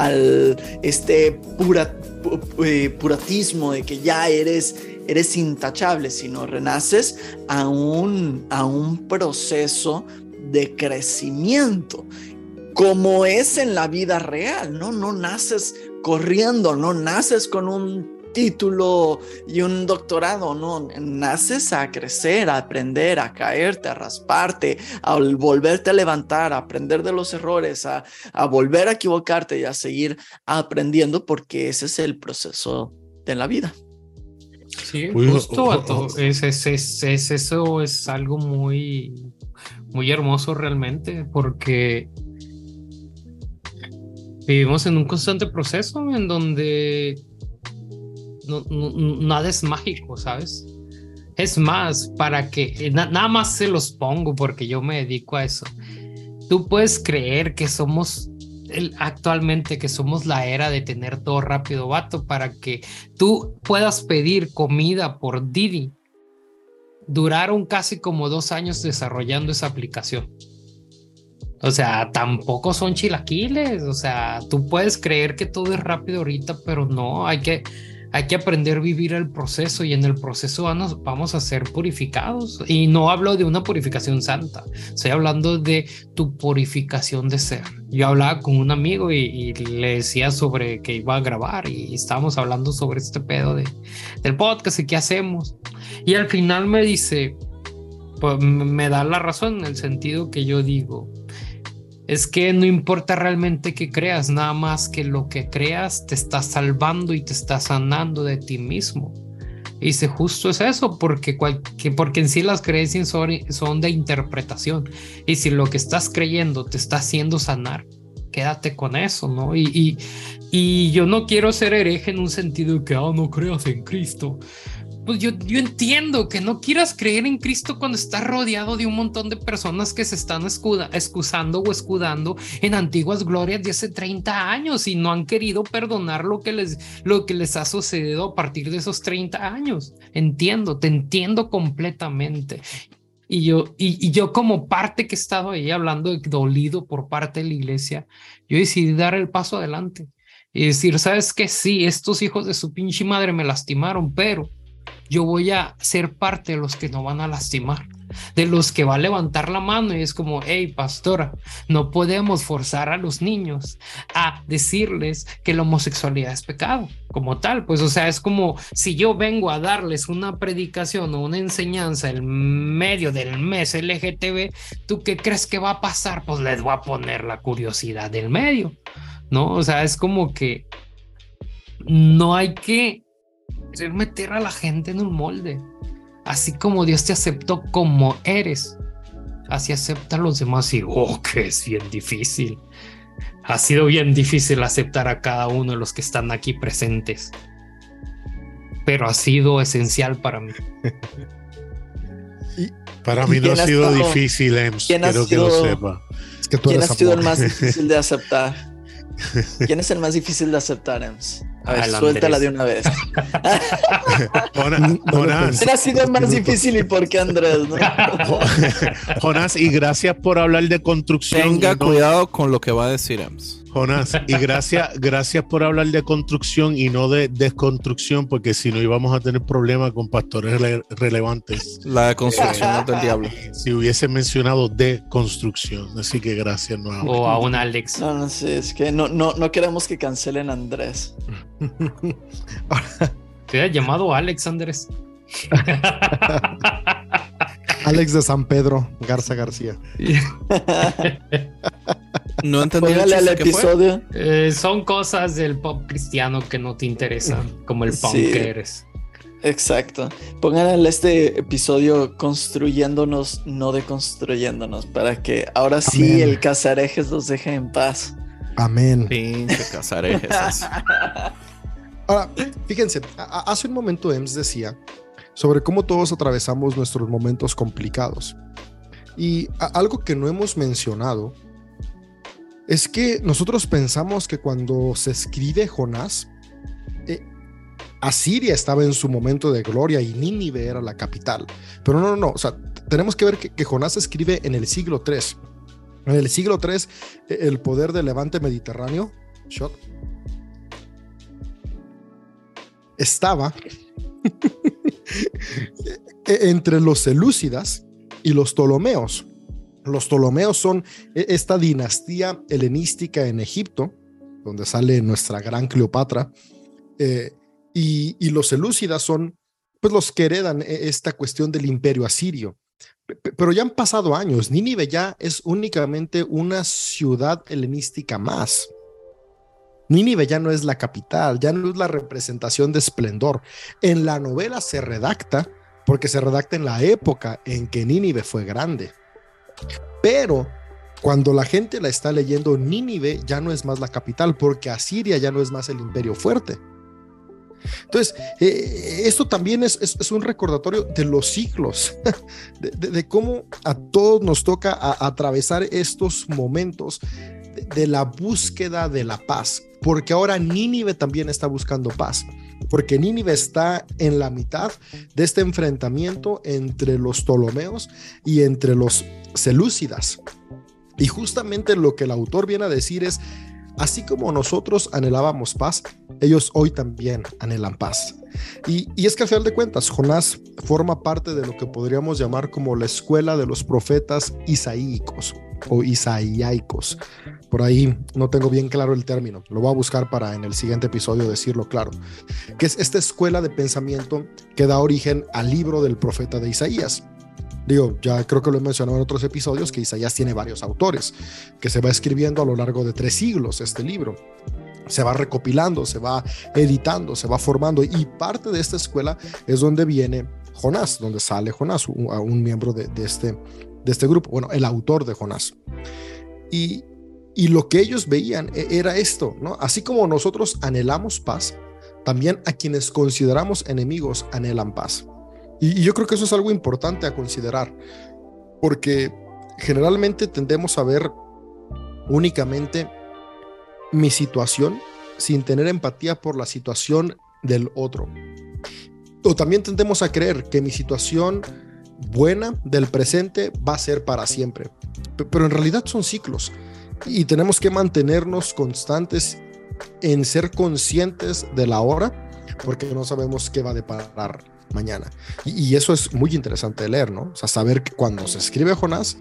puratismo de que ya eres intachable, sino renaces a un proceso de crecimiento, como es en la vida real, ¿no? No naces corriendo, no naces con un título y un doctorado, no, naces a crecer, a aprender, a caerte, a rasparte, a volverte a levantar, a aprender de los errores, a volver a equivocarte y a seguir aprendiendo, porque ese es el proceso de la vida. Sí, justo, eso es algo muy, muy hermoso realmente, porque vivimos en un constante proceso en donde nada es mágico, ¿sabes? Es más, para que nada más se los pongo porque yo me dedico a eso. Tú puedes creer que somos actualmente que somos la era de tener todo rápido, vato, para que tú puedas pedir comida por Didi. Duraron casi como 2 años desarrollando esa aplicación. O sea, tampoco son chilaquiles. O sea, tú puedes creer que todo es rápido ahorita, pero no, hay que aprender a vivir el proceso, y en el proceso vamos a ser purificados. Y no hablo de una purificación santa, estoy hablando de tu purificación de ser. Yo hablaba con un amigo y le decía sobre que iba a grabar, y estábamos hablando sobre este pedo del podcast y qué hacemos. Y al final me dice, pues me da la razón en el sentido que yo digo, Es que no importa realmente qué creas, nada más que lo que creas te está salvando y te está sanando de ti mismo. Y si justo es eso, porque en sí las creencias son de interpretación. Y si lo que estás creyendo te está haciendo sanar, quédate con eso, ¿no? Y yo no quiero ser hereje en un sentido de que no creas en Cristo. Pues yo entiendo que no quieras creer en Cristo cuando estás rodeado de un montón de personas que se están excusando o escudando en antiguas glorias de hace 30 años y no han querido perdonar lo que les ha sucedido a partir de esos 30 años. Te entiendo completamente. Y yo como parte que he estado ahí hablando de dolido por parte de la iglesia, yo decidí dar el paso adelante y decir, ¿sabes qué? Sí, estos hijos de su pinche madre me lastimaron, pero yo voy a ser parte de los que no van a lastimar, de los que va a levantar la mano y es como, hey, pastora, no podemos forzar a los niños a decirles que la homosexualidad es pecado como tal. Pues, o sea, es como si yo vengo a darles una predicación o una enseñanza en medio del mes LGTB, ¿tú qué crees que va a pasar? Pues les voy a poner la curiosidad del medio, ¿no? O sea, es como que no hay que meter a la gente en un molde. Así como Dios te aceptó como eres, así acepta a los demás. Y que es bien difícil. Ha sido bien difícil aceptar a cada uno de los que están aquí presentes, pero ha sido esencial para mí. Para mí no ha sido difícil, Ems. Quiero que lo sepa. Es que ¿quién ha sido el más difícil de aceptar? ¿Quién es el más difícil de aceptar, Ems? A ver, suéltala de una vez. Jonás. ¿Quién ha sido el más difícil y por qué Andrés? ¿No? Jonás, y gracias por hablar de construcción. Tenga cuidado con lo que va a decir Ems. Jonás, y gracias por hablar de construcción y no de desconstrucción, porque si no íbamos a tener problemas con pastores relevantes. La deconstrucción es del diablo. Si hubiese mencionado deconstrucción. Así que gracias nuevamente. O a un Alex. No sé, es que no queremos que cancelen a Andrés. Te ha llamado Alex, Andrés. Alex de San Pedro, Garza García. No entendí el episodio. Son cosas del pop cristiano que no te interesan, como el punk que eres. Exacto. Pónganle este episodio construyéndonos, no deconstruyéndonos, para que ahora sí el cazarejes los deje en paz. Amén. Pinche cazarejes. Ahora, fíjense, hace un momento Ems decía sobre cómo todos atravesamos nuestros momentos complicados. Y algo que no hemos mencionado es que nosotros pensamos que cuando se escribe Jonás, Asiria estaba en su momento de gloria y Nínive era la capital. Pero no. O sea, tenemos que ver que Jonás se escribe en el siglo III. En el siglo III, el poder del levante mediterráneo estaba entre los selúcidas y los ptolomeos. Los ptolomeos son esta dinastía helenística en Egipto, donde sale nuestra gran Cleopatra, y los selúcidas son pues los que heredan esta cuestión del imperio asirio. Pero ya han pasado años. Nínive ya es únicamente una ciudad helenística más. Nínive ya no es la capital, ya no es la representación de esplendor. En la novela se redacta, porque se redacta en la época en que Nínive fue grande. Pero cuando la gente la está leyendo, Nínive ya no es más la capital, porque Asiria ya no es más el imperio fuerte. Entonces, esto también es un recordatorio de los siglos, de cómo a todos nos toca atravesar estos momentos de la búsqueda de la paz, porque ahora Nínive también está buscando paz, porque Nínive está en la mitad de este enfrentamiento entre los ptolomeos y entre los selúcidas. Y justamente lo que el autor viene a decir es, así como nosotros anhelábamos paz, ellos hoy también anhelan paz. Y es que al final de cuentas, Jonás forma parte de lo que podríamos llamar como la escuela de los profetas isaíicos o isaiaicos. Por ahí no tengo bien claro el término, lo voy a buscar para en el siguiente episodio decirlo claro, que es esta escuela de pensamiento que da origen al libro del profeta de Isaías. Digo, ya creo que lo he mencionado en otros episodios, que Isaías tiene varios autores, que se va escribiendo a lo largo de 3 siglos este libro. Se va recopilando, se va editando, se va formando, y parte de esta escuela es donde viene Jonás, donde sale Jonás, un miembro de este grupo, bueno, el autor de Jonás. Y lo que ellos veían era esto, ¿no? Así como nosotros anhelamos paz, también a quienes consideramos enemigos anhelan paz. Y yo creo que eso es algo importante a considerar, porque generalmente tendemos a ver únicamente mi situación sin tener empatía por la situación del otro. O también tendemos a creer que mi situación buena del presente va a ser para siempre, pero en realidad son ciclos, y tenemos que mantenernos constantes en ser conscientes de la hora, porque no sabemos qué va a deparar mañana. Y eso es muy interesante de leer, ¿no? O sea, saber que cuando se escribe Jonás,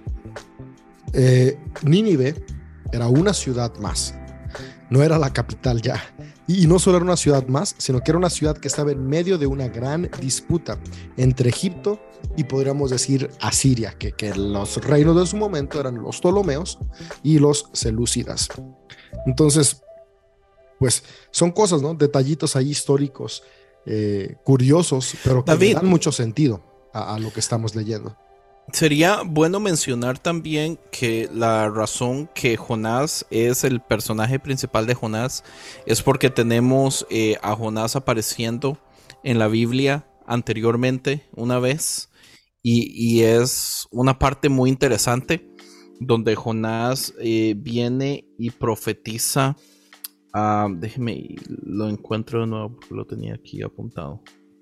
Nínive era una ciudad más, no era la capital ya. Y no solo era una ciudad más, sino que era una ciudad que estaba en medio de una gran disputa entre Egipto y, podríamos decir, Asiria, que los reinos de su momento eran los Ptolomeos y los Selúcidas. Entonces, pues son cosas, ¿no? Detallitos ahí históricos, curiosos, pero que le dan mucho sentido a lo que estamos leyendo. Sería bueno mencionar también que la razón que Jonás es el personaje principal de Jonás es porque tenemos a Jonás apareciendo en la Biblia anteriormente una vez, y es una parte muy interesante donde Jonás viene y profetiza. Déjeme, lo encuentro de nuevo porque lo tenía aquí apuntado.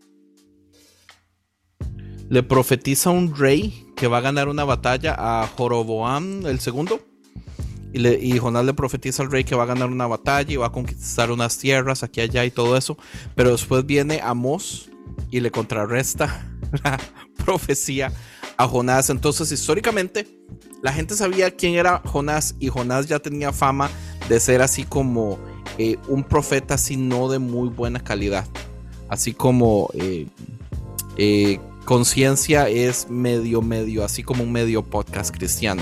Le profetiza a un rey que va a ganar una batalla a Joroboam el segundo. Y Jonás le profetiza al rey que va a ganar una batalla y va a conquistar unas tierras aquí, allá y todo eso. Pero después viene Amós y le contrarresta la profecía a Jonás. Entonces, históricamente, la gente sabía quién era Jonás, y Jonás ya tenía fama de ser así como un profeta, así no de muy buena calidad. Así como Conciencia es medio, así como un medio podcast cristiano.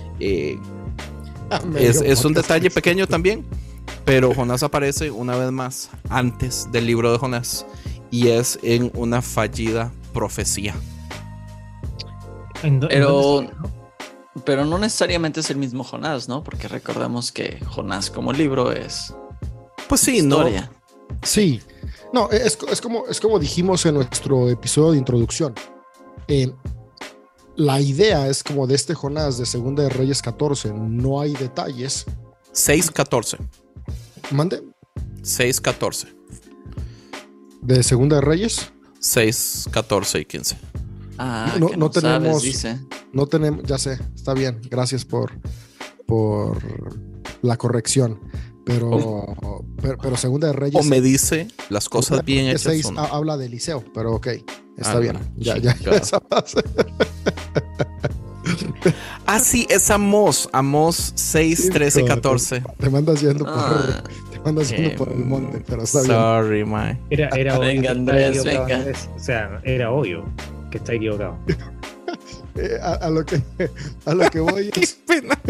Es un detalle pequeño también, pero Jonás aparece una vez más antes del libro de Jonás, y es en una fallida profecía. Pero no necesariamente es el mismo Jonás, ¿no? Porque recordamos que Jonás como libro es, pues sí, historia. ¿no? Sí. No, es como dijimos en nuestro episodio de introducción. La idea es como de este Jonás de Segunda de Reyes 14. No hay detalles. 6:14. ¿Mande? 6:14. ¿De Segunda de Reyes? 6:14 y 15. No tenemos. Sabes, dice. No tenemos. Ya sé, está bien. Gracias por la corrección. Pero Segunda de Reyes. O me dice las cosas bien hechas. 6 habla de Eliseo, pero ok, está bien. Ya. Sí, es Amós 6, 13, 14. Te mandas yendo por el monte, pero está bien. Sorry, man. Era venga, Andrés, venga. O sea, era obvio que está equivocado. A lo que voy es... pena.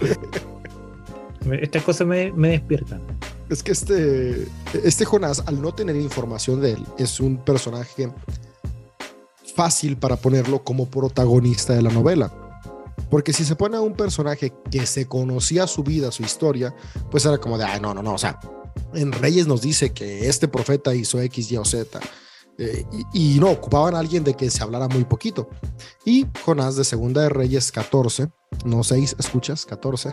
Estas cosas me despiertan. Es que este Jonás, al no tener información de él, es un personaje fácil para ponerlo como protagonista de la novela. Porque si se pone a un personaje que se conocía su vida, su historia, pues era como de, no. O sea, en Reyes nos dice que este profeta hizo X, Y o Z. Y no, ocupaban a alguien de que se hablara muy poquito. Y Jonás de Segunda de Reyes 14, no 6, escuchas, 14,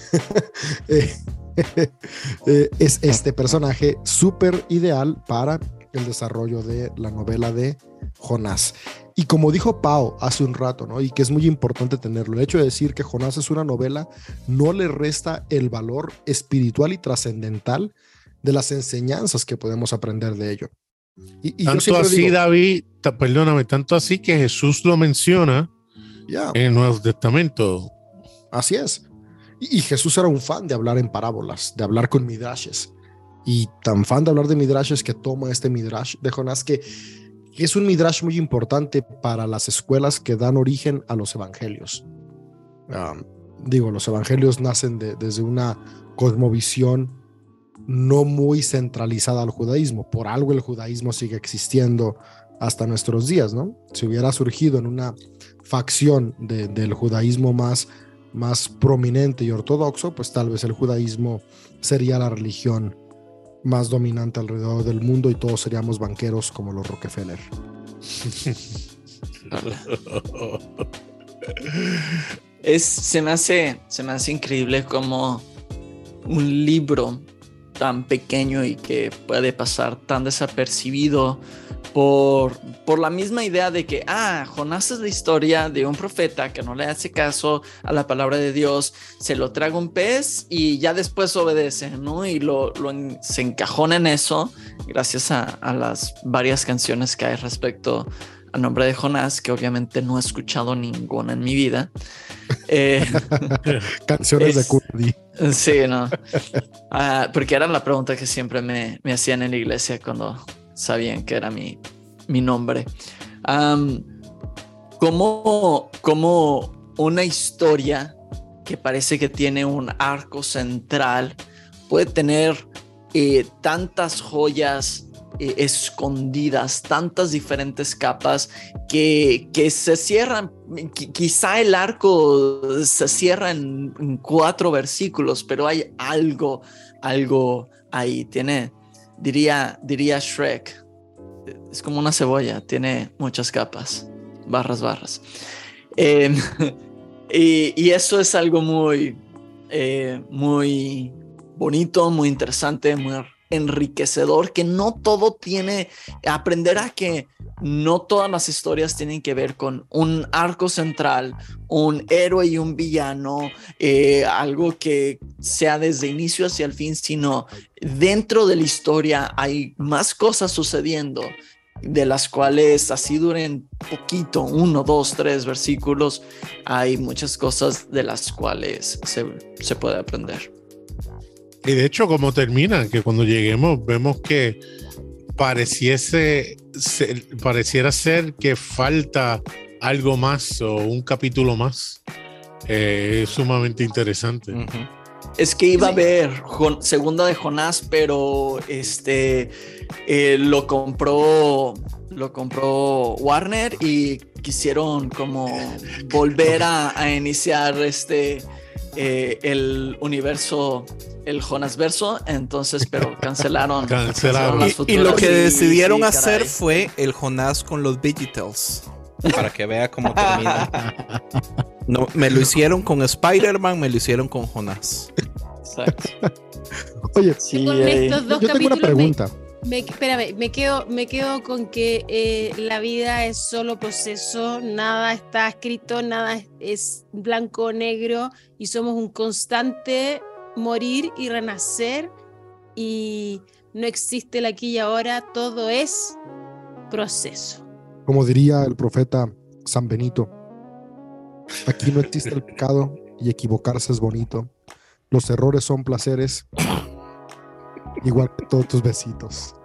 es este personaje súper ideal para el desarrollo de la novela de Jonás. Y como dijo Pau hace un rato, ¿no? Y que es muy importante tenerlo, el hecho de decir que Jonás es una novela no le resta el valor espiritual y trascendental de las enseñanzas que podemos aprender de ello. Y tanto así, David, perdóname, tanto así que Jesús lo menciona en el Nuevo Testamento. Así es. Y Jesús era un fan de hablar en parábolas, de hablar con midrashes. Y tan fan de hablar de midrashes que toma este midrash de Jonás que es un midrash muy importante para las escuelas que dan origen a los evangelios. Los evangelios nacen desde una cosmovisión no muy centralizada al judaísmo. Por algo el judaísmo sigue existiendo hasta nuestros días, ¿no? Si hubiera surgido en una facción del judaísmo más prominente y ortodoxo, pues tal vez el judaísmo sería la religión más dominante alrededor del mundo y todos seríamos banqueros como los Rockefeller. Se me hace increíble como un libro tan pequeño y que puede pasar tan desapercibido por la misma idea de que Jonás es la historia de un profeta que no le hace caso a la palabra de Dios, se lo traga un pez y ya después obedece, ¿no? Y se encajona en eso gracias a las varias canciones que hay respecto al nombre de Jonás, que obviamente no he escuchado ninguna en mi vida. Canciones de Kurdi. Sí, no. Porque era la pregunta que siempre me hacían en la iglesia cuando sabían que era mi nombre. Como una historia que parece que tiene un arco central puede tener tantas joyas escondidas, tantas diferentes capas que se cierran. Quizá el arco se cierra en 4 versículos, pero hay algo ahí. Diría Shrek, es como una cebolla, tiene muchas capas, barras. Y eso es algo muy bonito, muy interesante, muy enriquecedor, que no todo tiene, aprender a que no todas las historias tienen que ver con un arco central, un héroe y un villano, algo que sea desde inicio hacia el fin, sino dentro de la historia hay más cosas sucediendo, de las cuales así duren poquito, 1, 2, 3 versículos, hay muchas cosas de las cuales se puede aprender. Y de hecho, como termina, que cuando lleguemos vemos que pareciera ser que falta algo más o un capítulo más. Es sumamente interesante. Uh-huh. Es que iba a haber segunda de Jonás, pero lo compró Warner y quisieron como volver a iniciar el universo, el Jonás verso, entonces, pero cancelaron las futuras. Y lo que decidieron hacer fue el Jonás con los Digitals, para que vea cómo termina. No, me lo hicieron con Spider-Man, me lo hicieron con Jonás. Exacto. Oye, sí, con estos dos yo tengo una pregunta. Me quedo con que la vida es solo proceso, nada está escrito, nada es blanco o negro y somos un constante morir y renacer y no existe el aquí y ahora, todo es proceso. Como diría el profeta San Benito, aquí no existe el pecado y equivocarse es bonito. Los errores son placeres, igual que todos tus besitos.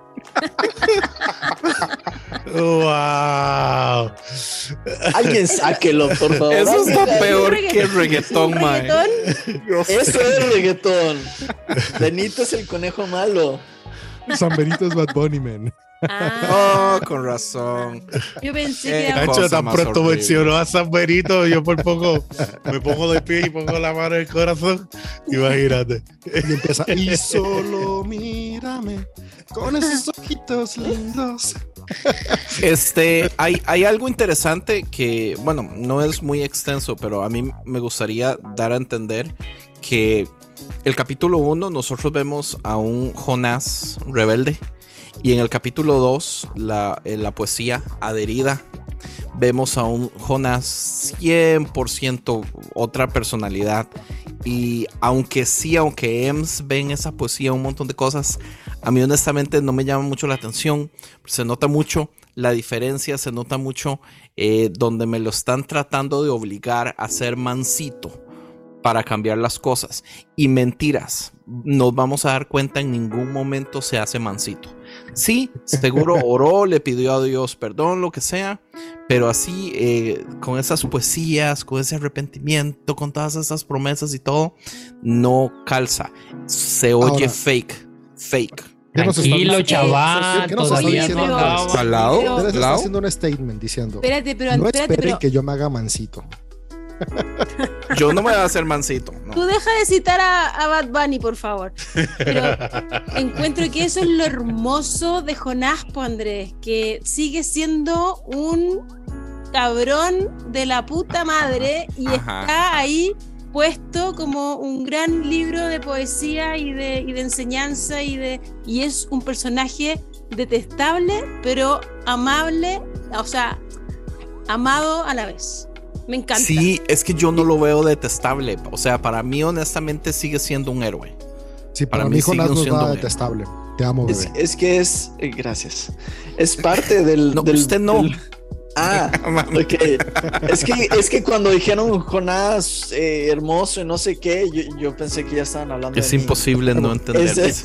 ¡Wow! Alguien sáquelo, por favor. Eso está peor que el reggaetón, man. Eso es reggaetón. Benito es el conejo malo. San Benito es Bad Bunny, man. Con razón. Yo pensé que era Nacho, tan pronto mencionó a San Benito, yo por poco me pongo de pie y pongo la mano en el corazón. Imagínate. Y empieza, y solo mírame con esos ojitos lindos. Hay algo interesante que, bueno, no es muy extenso, pero a mí me gustaría dar a entender que el capítulo 1 nosotros vemos a un Jonás rebelde. Y en el capítulo 2, la poesía adherida, vemos a un Jonás 100% otra personalidad. Y aunque Ems ve en esa poesía un montón de cosas, a mí honestamente no me llama mucho la atención. Se nota mucho la diferencia, se nota mucho donde me lo están tratando de obligar a ser mansito para cambiar las cosas. Y mentiras, nos vamos a dar cuenta, en ningún momento se hace mansito. Sí, seguro oró, le pidió a Dios perdón, lo que sea, pero así, con esas poesías, con ese arrepentimiento, con todas esas promesas y todo, no calza. Se oye Ahora, fake. ¿qué nos está Tranquilo, diciendo? chaval, ¿Qué nos está todavía diciendo no Andrés? acabo. ¿Al lado? Pero- Andrés está ¿Lao? haciendo un statement diciendo: Espérate, pero no espérate, esperen pero que yo me haga mansito. Yo no me voy a hacer mansito. No. tú deja de citar a Bad Bunny, por favor. Pero encuentro que eso es lo hermoso de Jonás, po, Andrés, que sigue siendo un cabrón de la puta madre y Ajá. está ahí puesto como un gran libro de poesía y de enseñanza y es un personaje detestable, pero amable, o sea, amado a la vez. Me encanta. Sí, es que yo no lo veo detestable. O sea, para mí, honestamente, sigue siendo un héroe. Sí, Para para mí mí Jonás sigue no es siendo nada bien. detestable. Te amo, bebé. Es que es, gracias. Es parte del... No, del- usted no. del- Ah, ok. Es que cuando dijeron Jonás hermoso y no sé qué, yo pensé que ya estaban hablando Es de mí. imposible no entender. Es-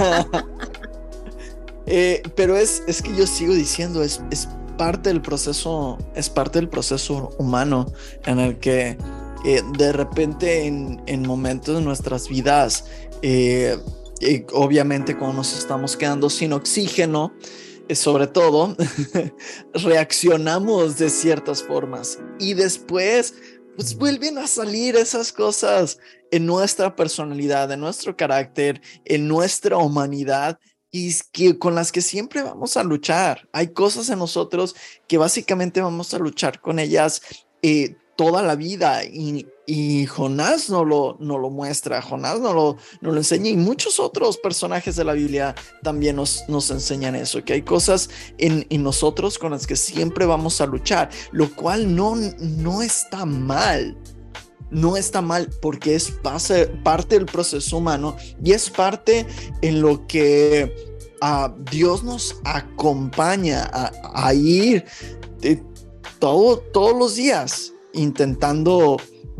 pero es que yo sigo diciendo, es parte del proceso, es parte del proceso humano en el que de repente en momentos de nuestras vidas, obviamente cuando nos estamos quedando sin oxígeno, sobre todo, reaccionamos de ciertas formas y después pues vuelven a salir esas cosas en nuestra personalidad, en nuestro carácter, en nuestra humanidad y con las que siempre vamos a luchar. Hay cosas en nosotros que básicamente vamos a luchar con ellas toda la vida y Jonás no lo muestra, Jonás no lo enseña y muchos otros personajes de la Biblia también nos enseñan eso, que hay cosas en nosotros con las que siempre vamos a luchar, lo cual no está mal. No está mal porque es parte del proceso humano y es parte en lo que Dios nos acompaña a ir todos los días intentando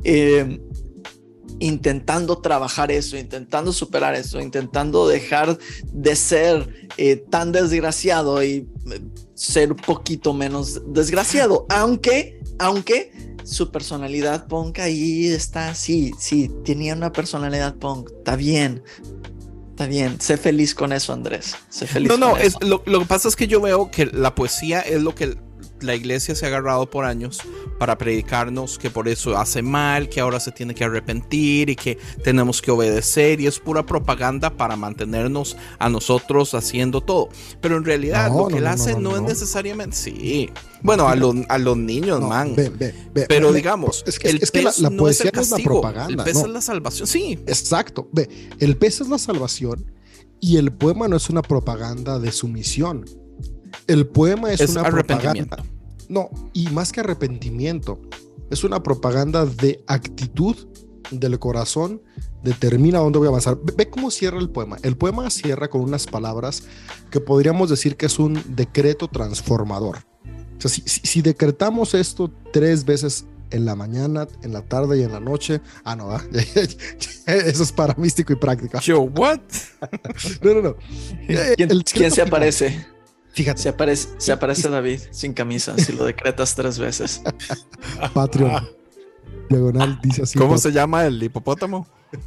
trabajar eso, intentando superar eso, intentando dejar de ser tan desgraciado y ser un poquito menos desgraciado, aunque su personalidad punk ahí está, sí, tenía una personalidad punk, está bien, sé feliz con eso, Andrés, sé feliz con eso. Lo que pasa es que yo veo que la poesía es lo que la iglesia se ha agarrado por años para predicarnos que por eso hace mal, que ahora se tiene que arrepentir y que tenemos que obedecer, y es pura propaganda para mantenernos a nosotros haciendo todo, pero en realidad lo que él hace no es necesariamente, sí, bueno, a los niños, man, pero digamos, es que la no poesía es el no es la castigo, propaganda, el pez es la salvación, sí, exacto, el pez es la salvación y el poema no es una propaganda de sumisión. El poema es una propaganda. No, y más que arrepentimiento, es una propaganda de actitud del corazón, determina dónde voy a avanzar. Ve cómo cierra el poema. El poema cierra con unas palabras que podríamos decir que es un decreto transformador. O sea, si decretamos esto 3 veces en la mañana, en la tarde y en la noche, no, eso es para místico y práctico. Yo, what? No. ¿Quién se aparece? Fíjate. Se aparece David sin camisa si lo decretas 3 veces. Patreon. Diagonal dice así. ¿Cómo se llama el hipopótamo?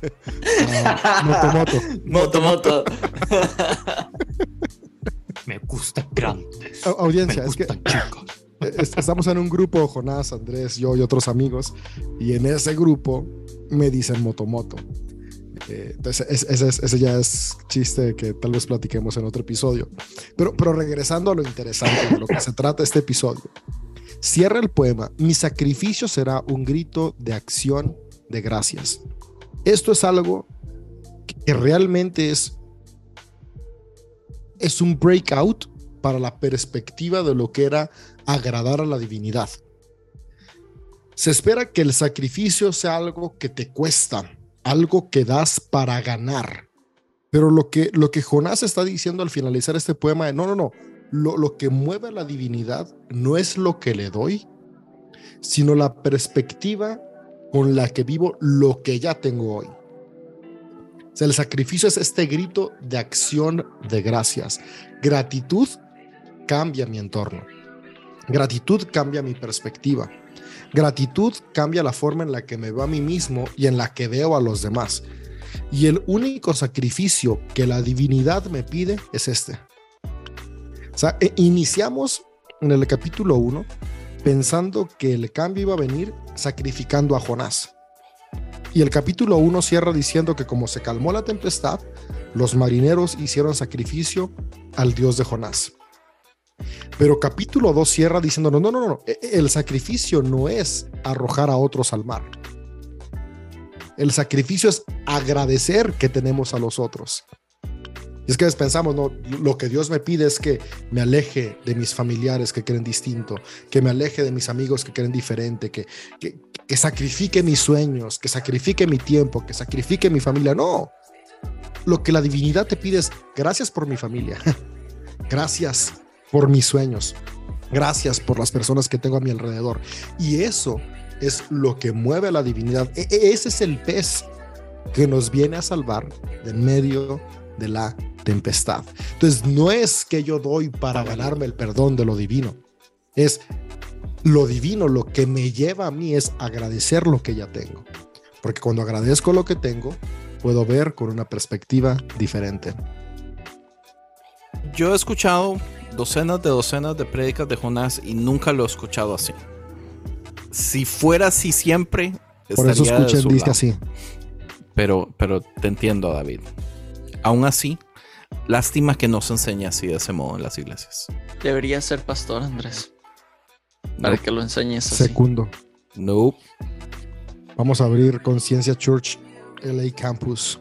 Motomoto. Me gustan grandes. Audiencia, me gustan chicos. Estamos en un grupo, Jonás, Andrés, yo y otros amigos, y en ese grupo me dicen motomoto. Entonces ese ya es chiste que tal vez platiquemos en otro episodio, pero regresando a lo interesante de lo que se trata este episodio, cierra el poema: mi sacrificio será un grito de acción de gracias. Esto es algo que realmente es un breakout para la perspectiva de lo que era agradar a la divinidad. Se espera que el sacrificio sea algo que te cuesta, algo que das para ganar. Pero lo que Jonás está diciendo al finalizar este poema, no. Lo que mueve a la divinidad no es lo que le doy, sino la perspectiva con la que vivo lo que ya tengo hoy. O sea, el sacrificio es este grito de acción de gracias. Gratitud cambia mi entorno. Gratitud cambia mi perspectiva. Gratitud cambia la forma en la que me veo a mí mismo y en la que veo a los demás. Y el único sacrificio que la divinidad me pide es este. O sea, iniciamos en el capítulo 1 pensando que el cambio iba a venir sacrificando a Jonás. Y el capítulo 1 cierra diciendo que como se calmó la tempestad, los marineros hicieron sacrificio al Dios de Jonás. Pero capítulo 2 cierra diciendo, no, el sacrificio no es arrojar a otros al mar. El sacrificio es agradecer que tenemos a los otros. Y es que pensamos, no, lo que Dios me pide es que me aleje de mis familiares que creen distinto, que me aleje de mis amigos que creen diferente, que sacrifique mis sueños, que sacrifique mi tiempo, que sacrifique mi familia. No, lo que la divinidad te pide es gracias por mi familia, gracias por mis sueños, gracias por las personas que tengo a mi alrededor. Y eso es lo que mueve a la divinidad. Ese es el pez que nos viene a salvar de en medio de la tempestad. Entonces no es que yo doy para ganarme el perdón de lo divino, es lo divino lo que me lleva a mí es agradecer lo que ya tengo, porque cuando agradezco lo que tengo puedo ver con una perspectiva diferente. Yo he escuchado docenas de prédicas de Jonás y nunca lo he escuchado así. Si fuera así siempre, por eso escuchen, dice así. Pero te entiendo, David. Aún así, lástima que no se enseñe así de ese modo en las iglesias. Debería ser pastor, Andrés, para que lo enseñes así. Segundo. No. Vamos a abrir Conciencia Church LA Campus.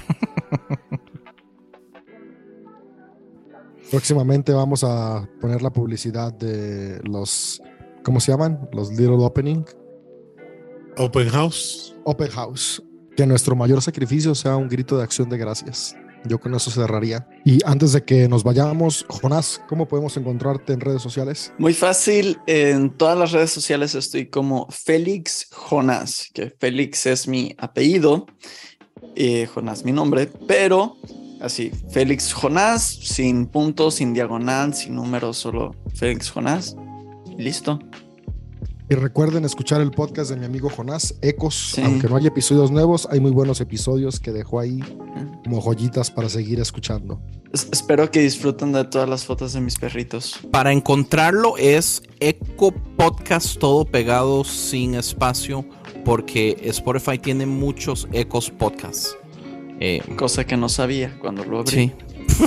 Próximamente vamos a poner la publicidad de los, ¿cómo se llaman? Los Little Opening. Open House. Open House. Que nuestro mayor sacrificio sea un grito de acción de gracias. Yo con eso cerraría. Y antes de que nos vayamos, Jonás, ¿cómo podemos encontrarte en redes sociales? Muy fácil, en todas las redes sociales estoy como Félix Jonás, que Félix es mi apellido, Jonás mi nombre, pero así, Félix Jonás, sin puntos, sin diagonal, sin números, solo Félix Jonás. Listo. Y recuerden escuchar el podcast de mi amigo Jonás, Ecos. Sí. Aunque no haya episodios nuevos, hay muy buenos episodios que dejó ahí como joyitas para seguir escuchando. Espero que disfruten de todas las fotos de mis perritos. Para encontrarlo es Eco Podcast, todo pegado, sin espacio, porque Spotify tiene muchos Ecos Podcasts. Cosa que no sabía cuando lo abrí. Sí.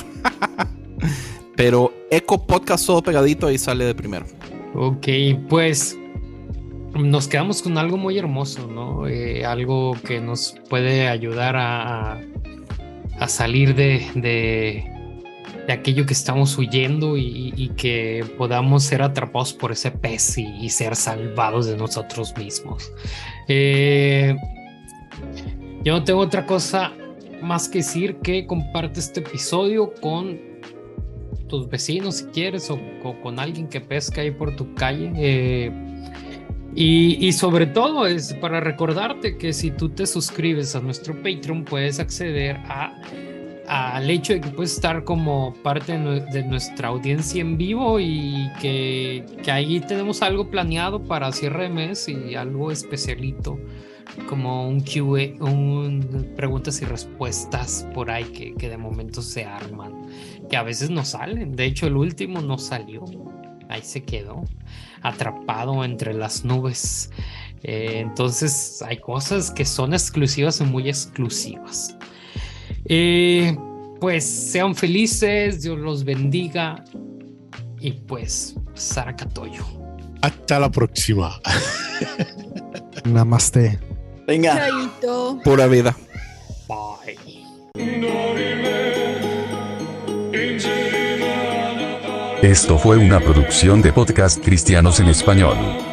Pero Eco Podcast, todo pegadito, ahí sale de primero. Ok, pues nos quedamos con algo muy hermoso, ¿no? Algo que nos puede ayudar a salir de aquello que estamos huyendo y que podamos ser atrapados por ese pez y ser salvados de nosotros mismos. Yo no tengo otra cosa más que decir que comparte este episodio con tus vecinos si quieres o con alguien que pesca ahí por tu calle. Y sobre todo es para recordarte que si tú te suscribes a nuestro Patreon puedes acceder al hecho de que puedes estar como parte de nuestra audiencia en vivo y que ahí tenemos algo planeado para cierre de mes y algo especialito como un QA, preguntas y respuestas por ahí que de momento se arman, que a veces no salen. De hecho el último no salió, ahí se quedó atrapado entre las nubes. Entonces hay cosas que son exclusivas y muy exclusivas. Pues sean felices, Dios los bendiga y pues Saracatoyo. Hasta la próxima. Namaste. Venga. Chaito. Pura vida. Bye. Esto fue una producción de Podcast Cristianos en Español.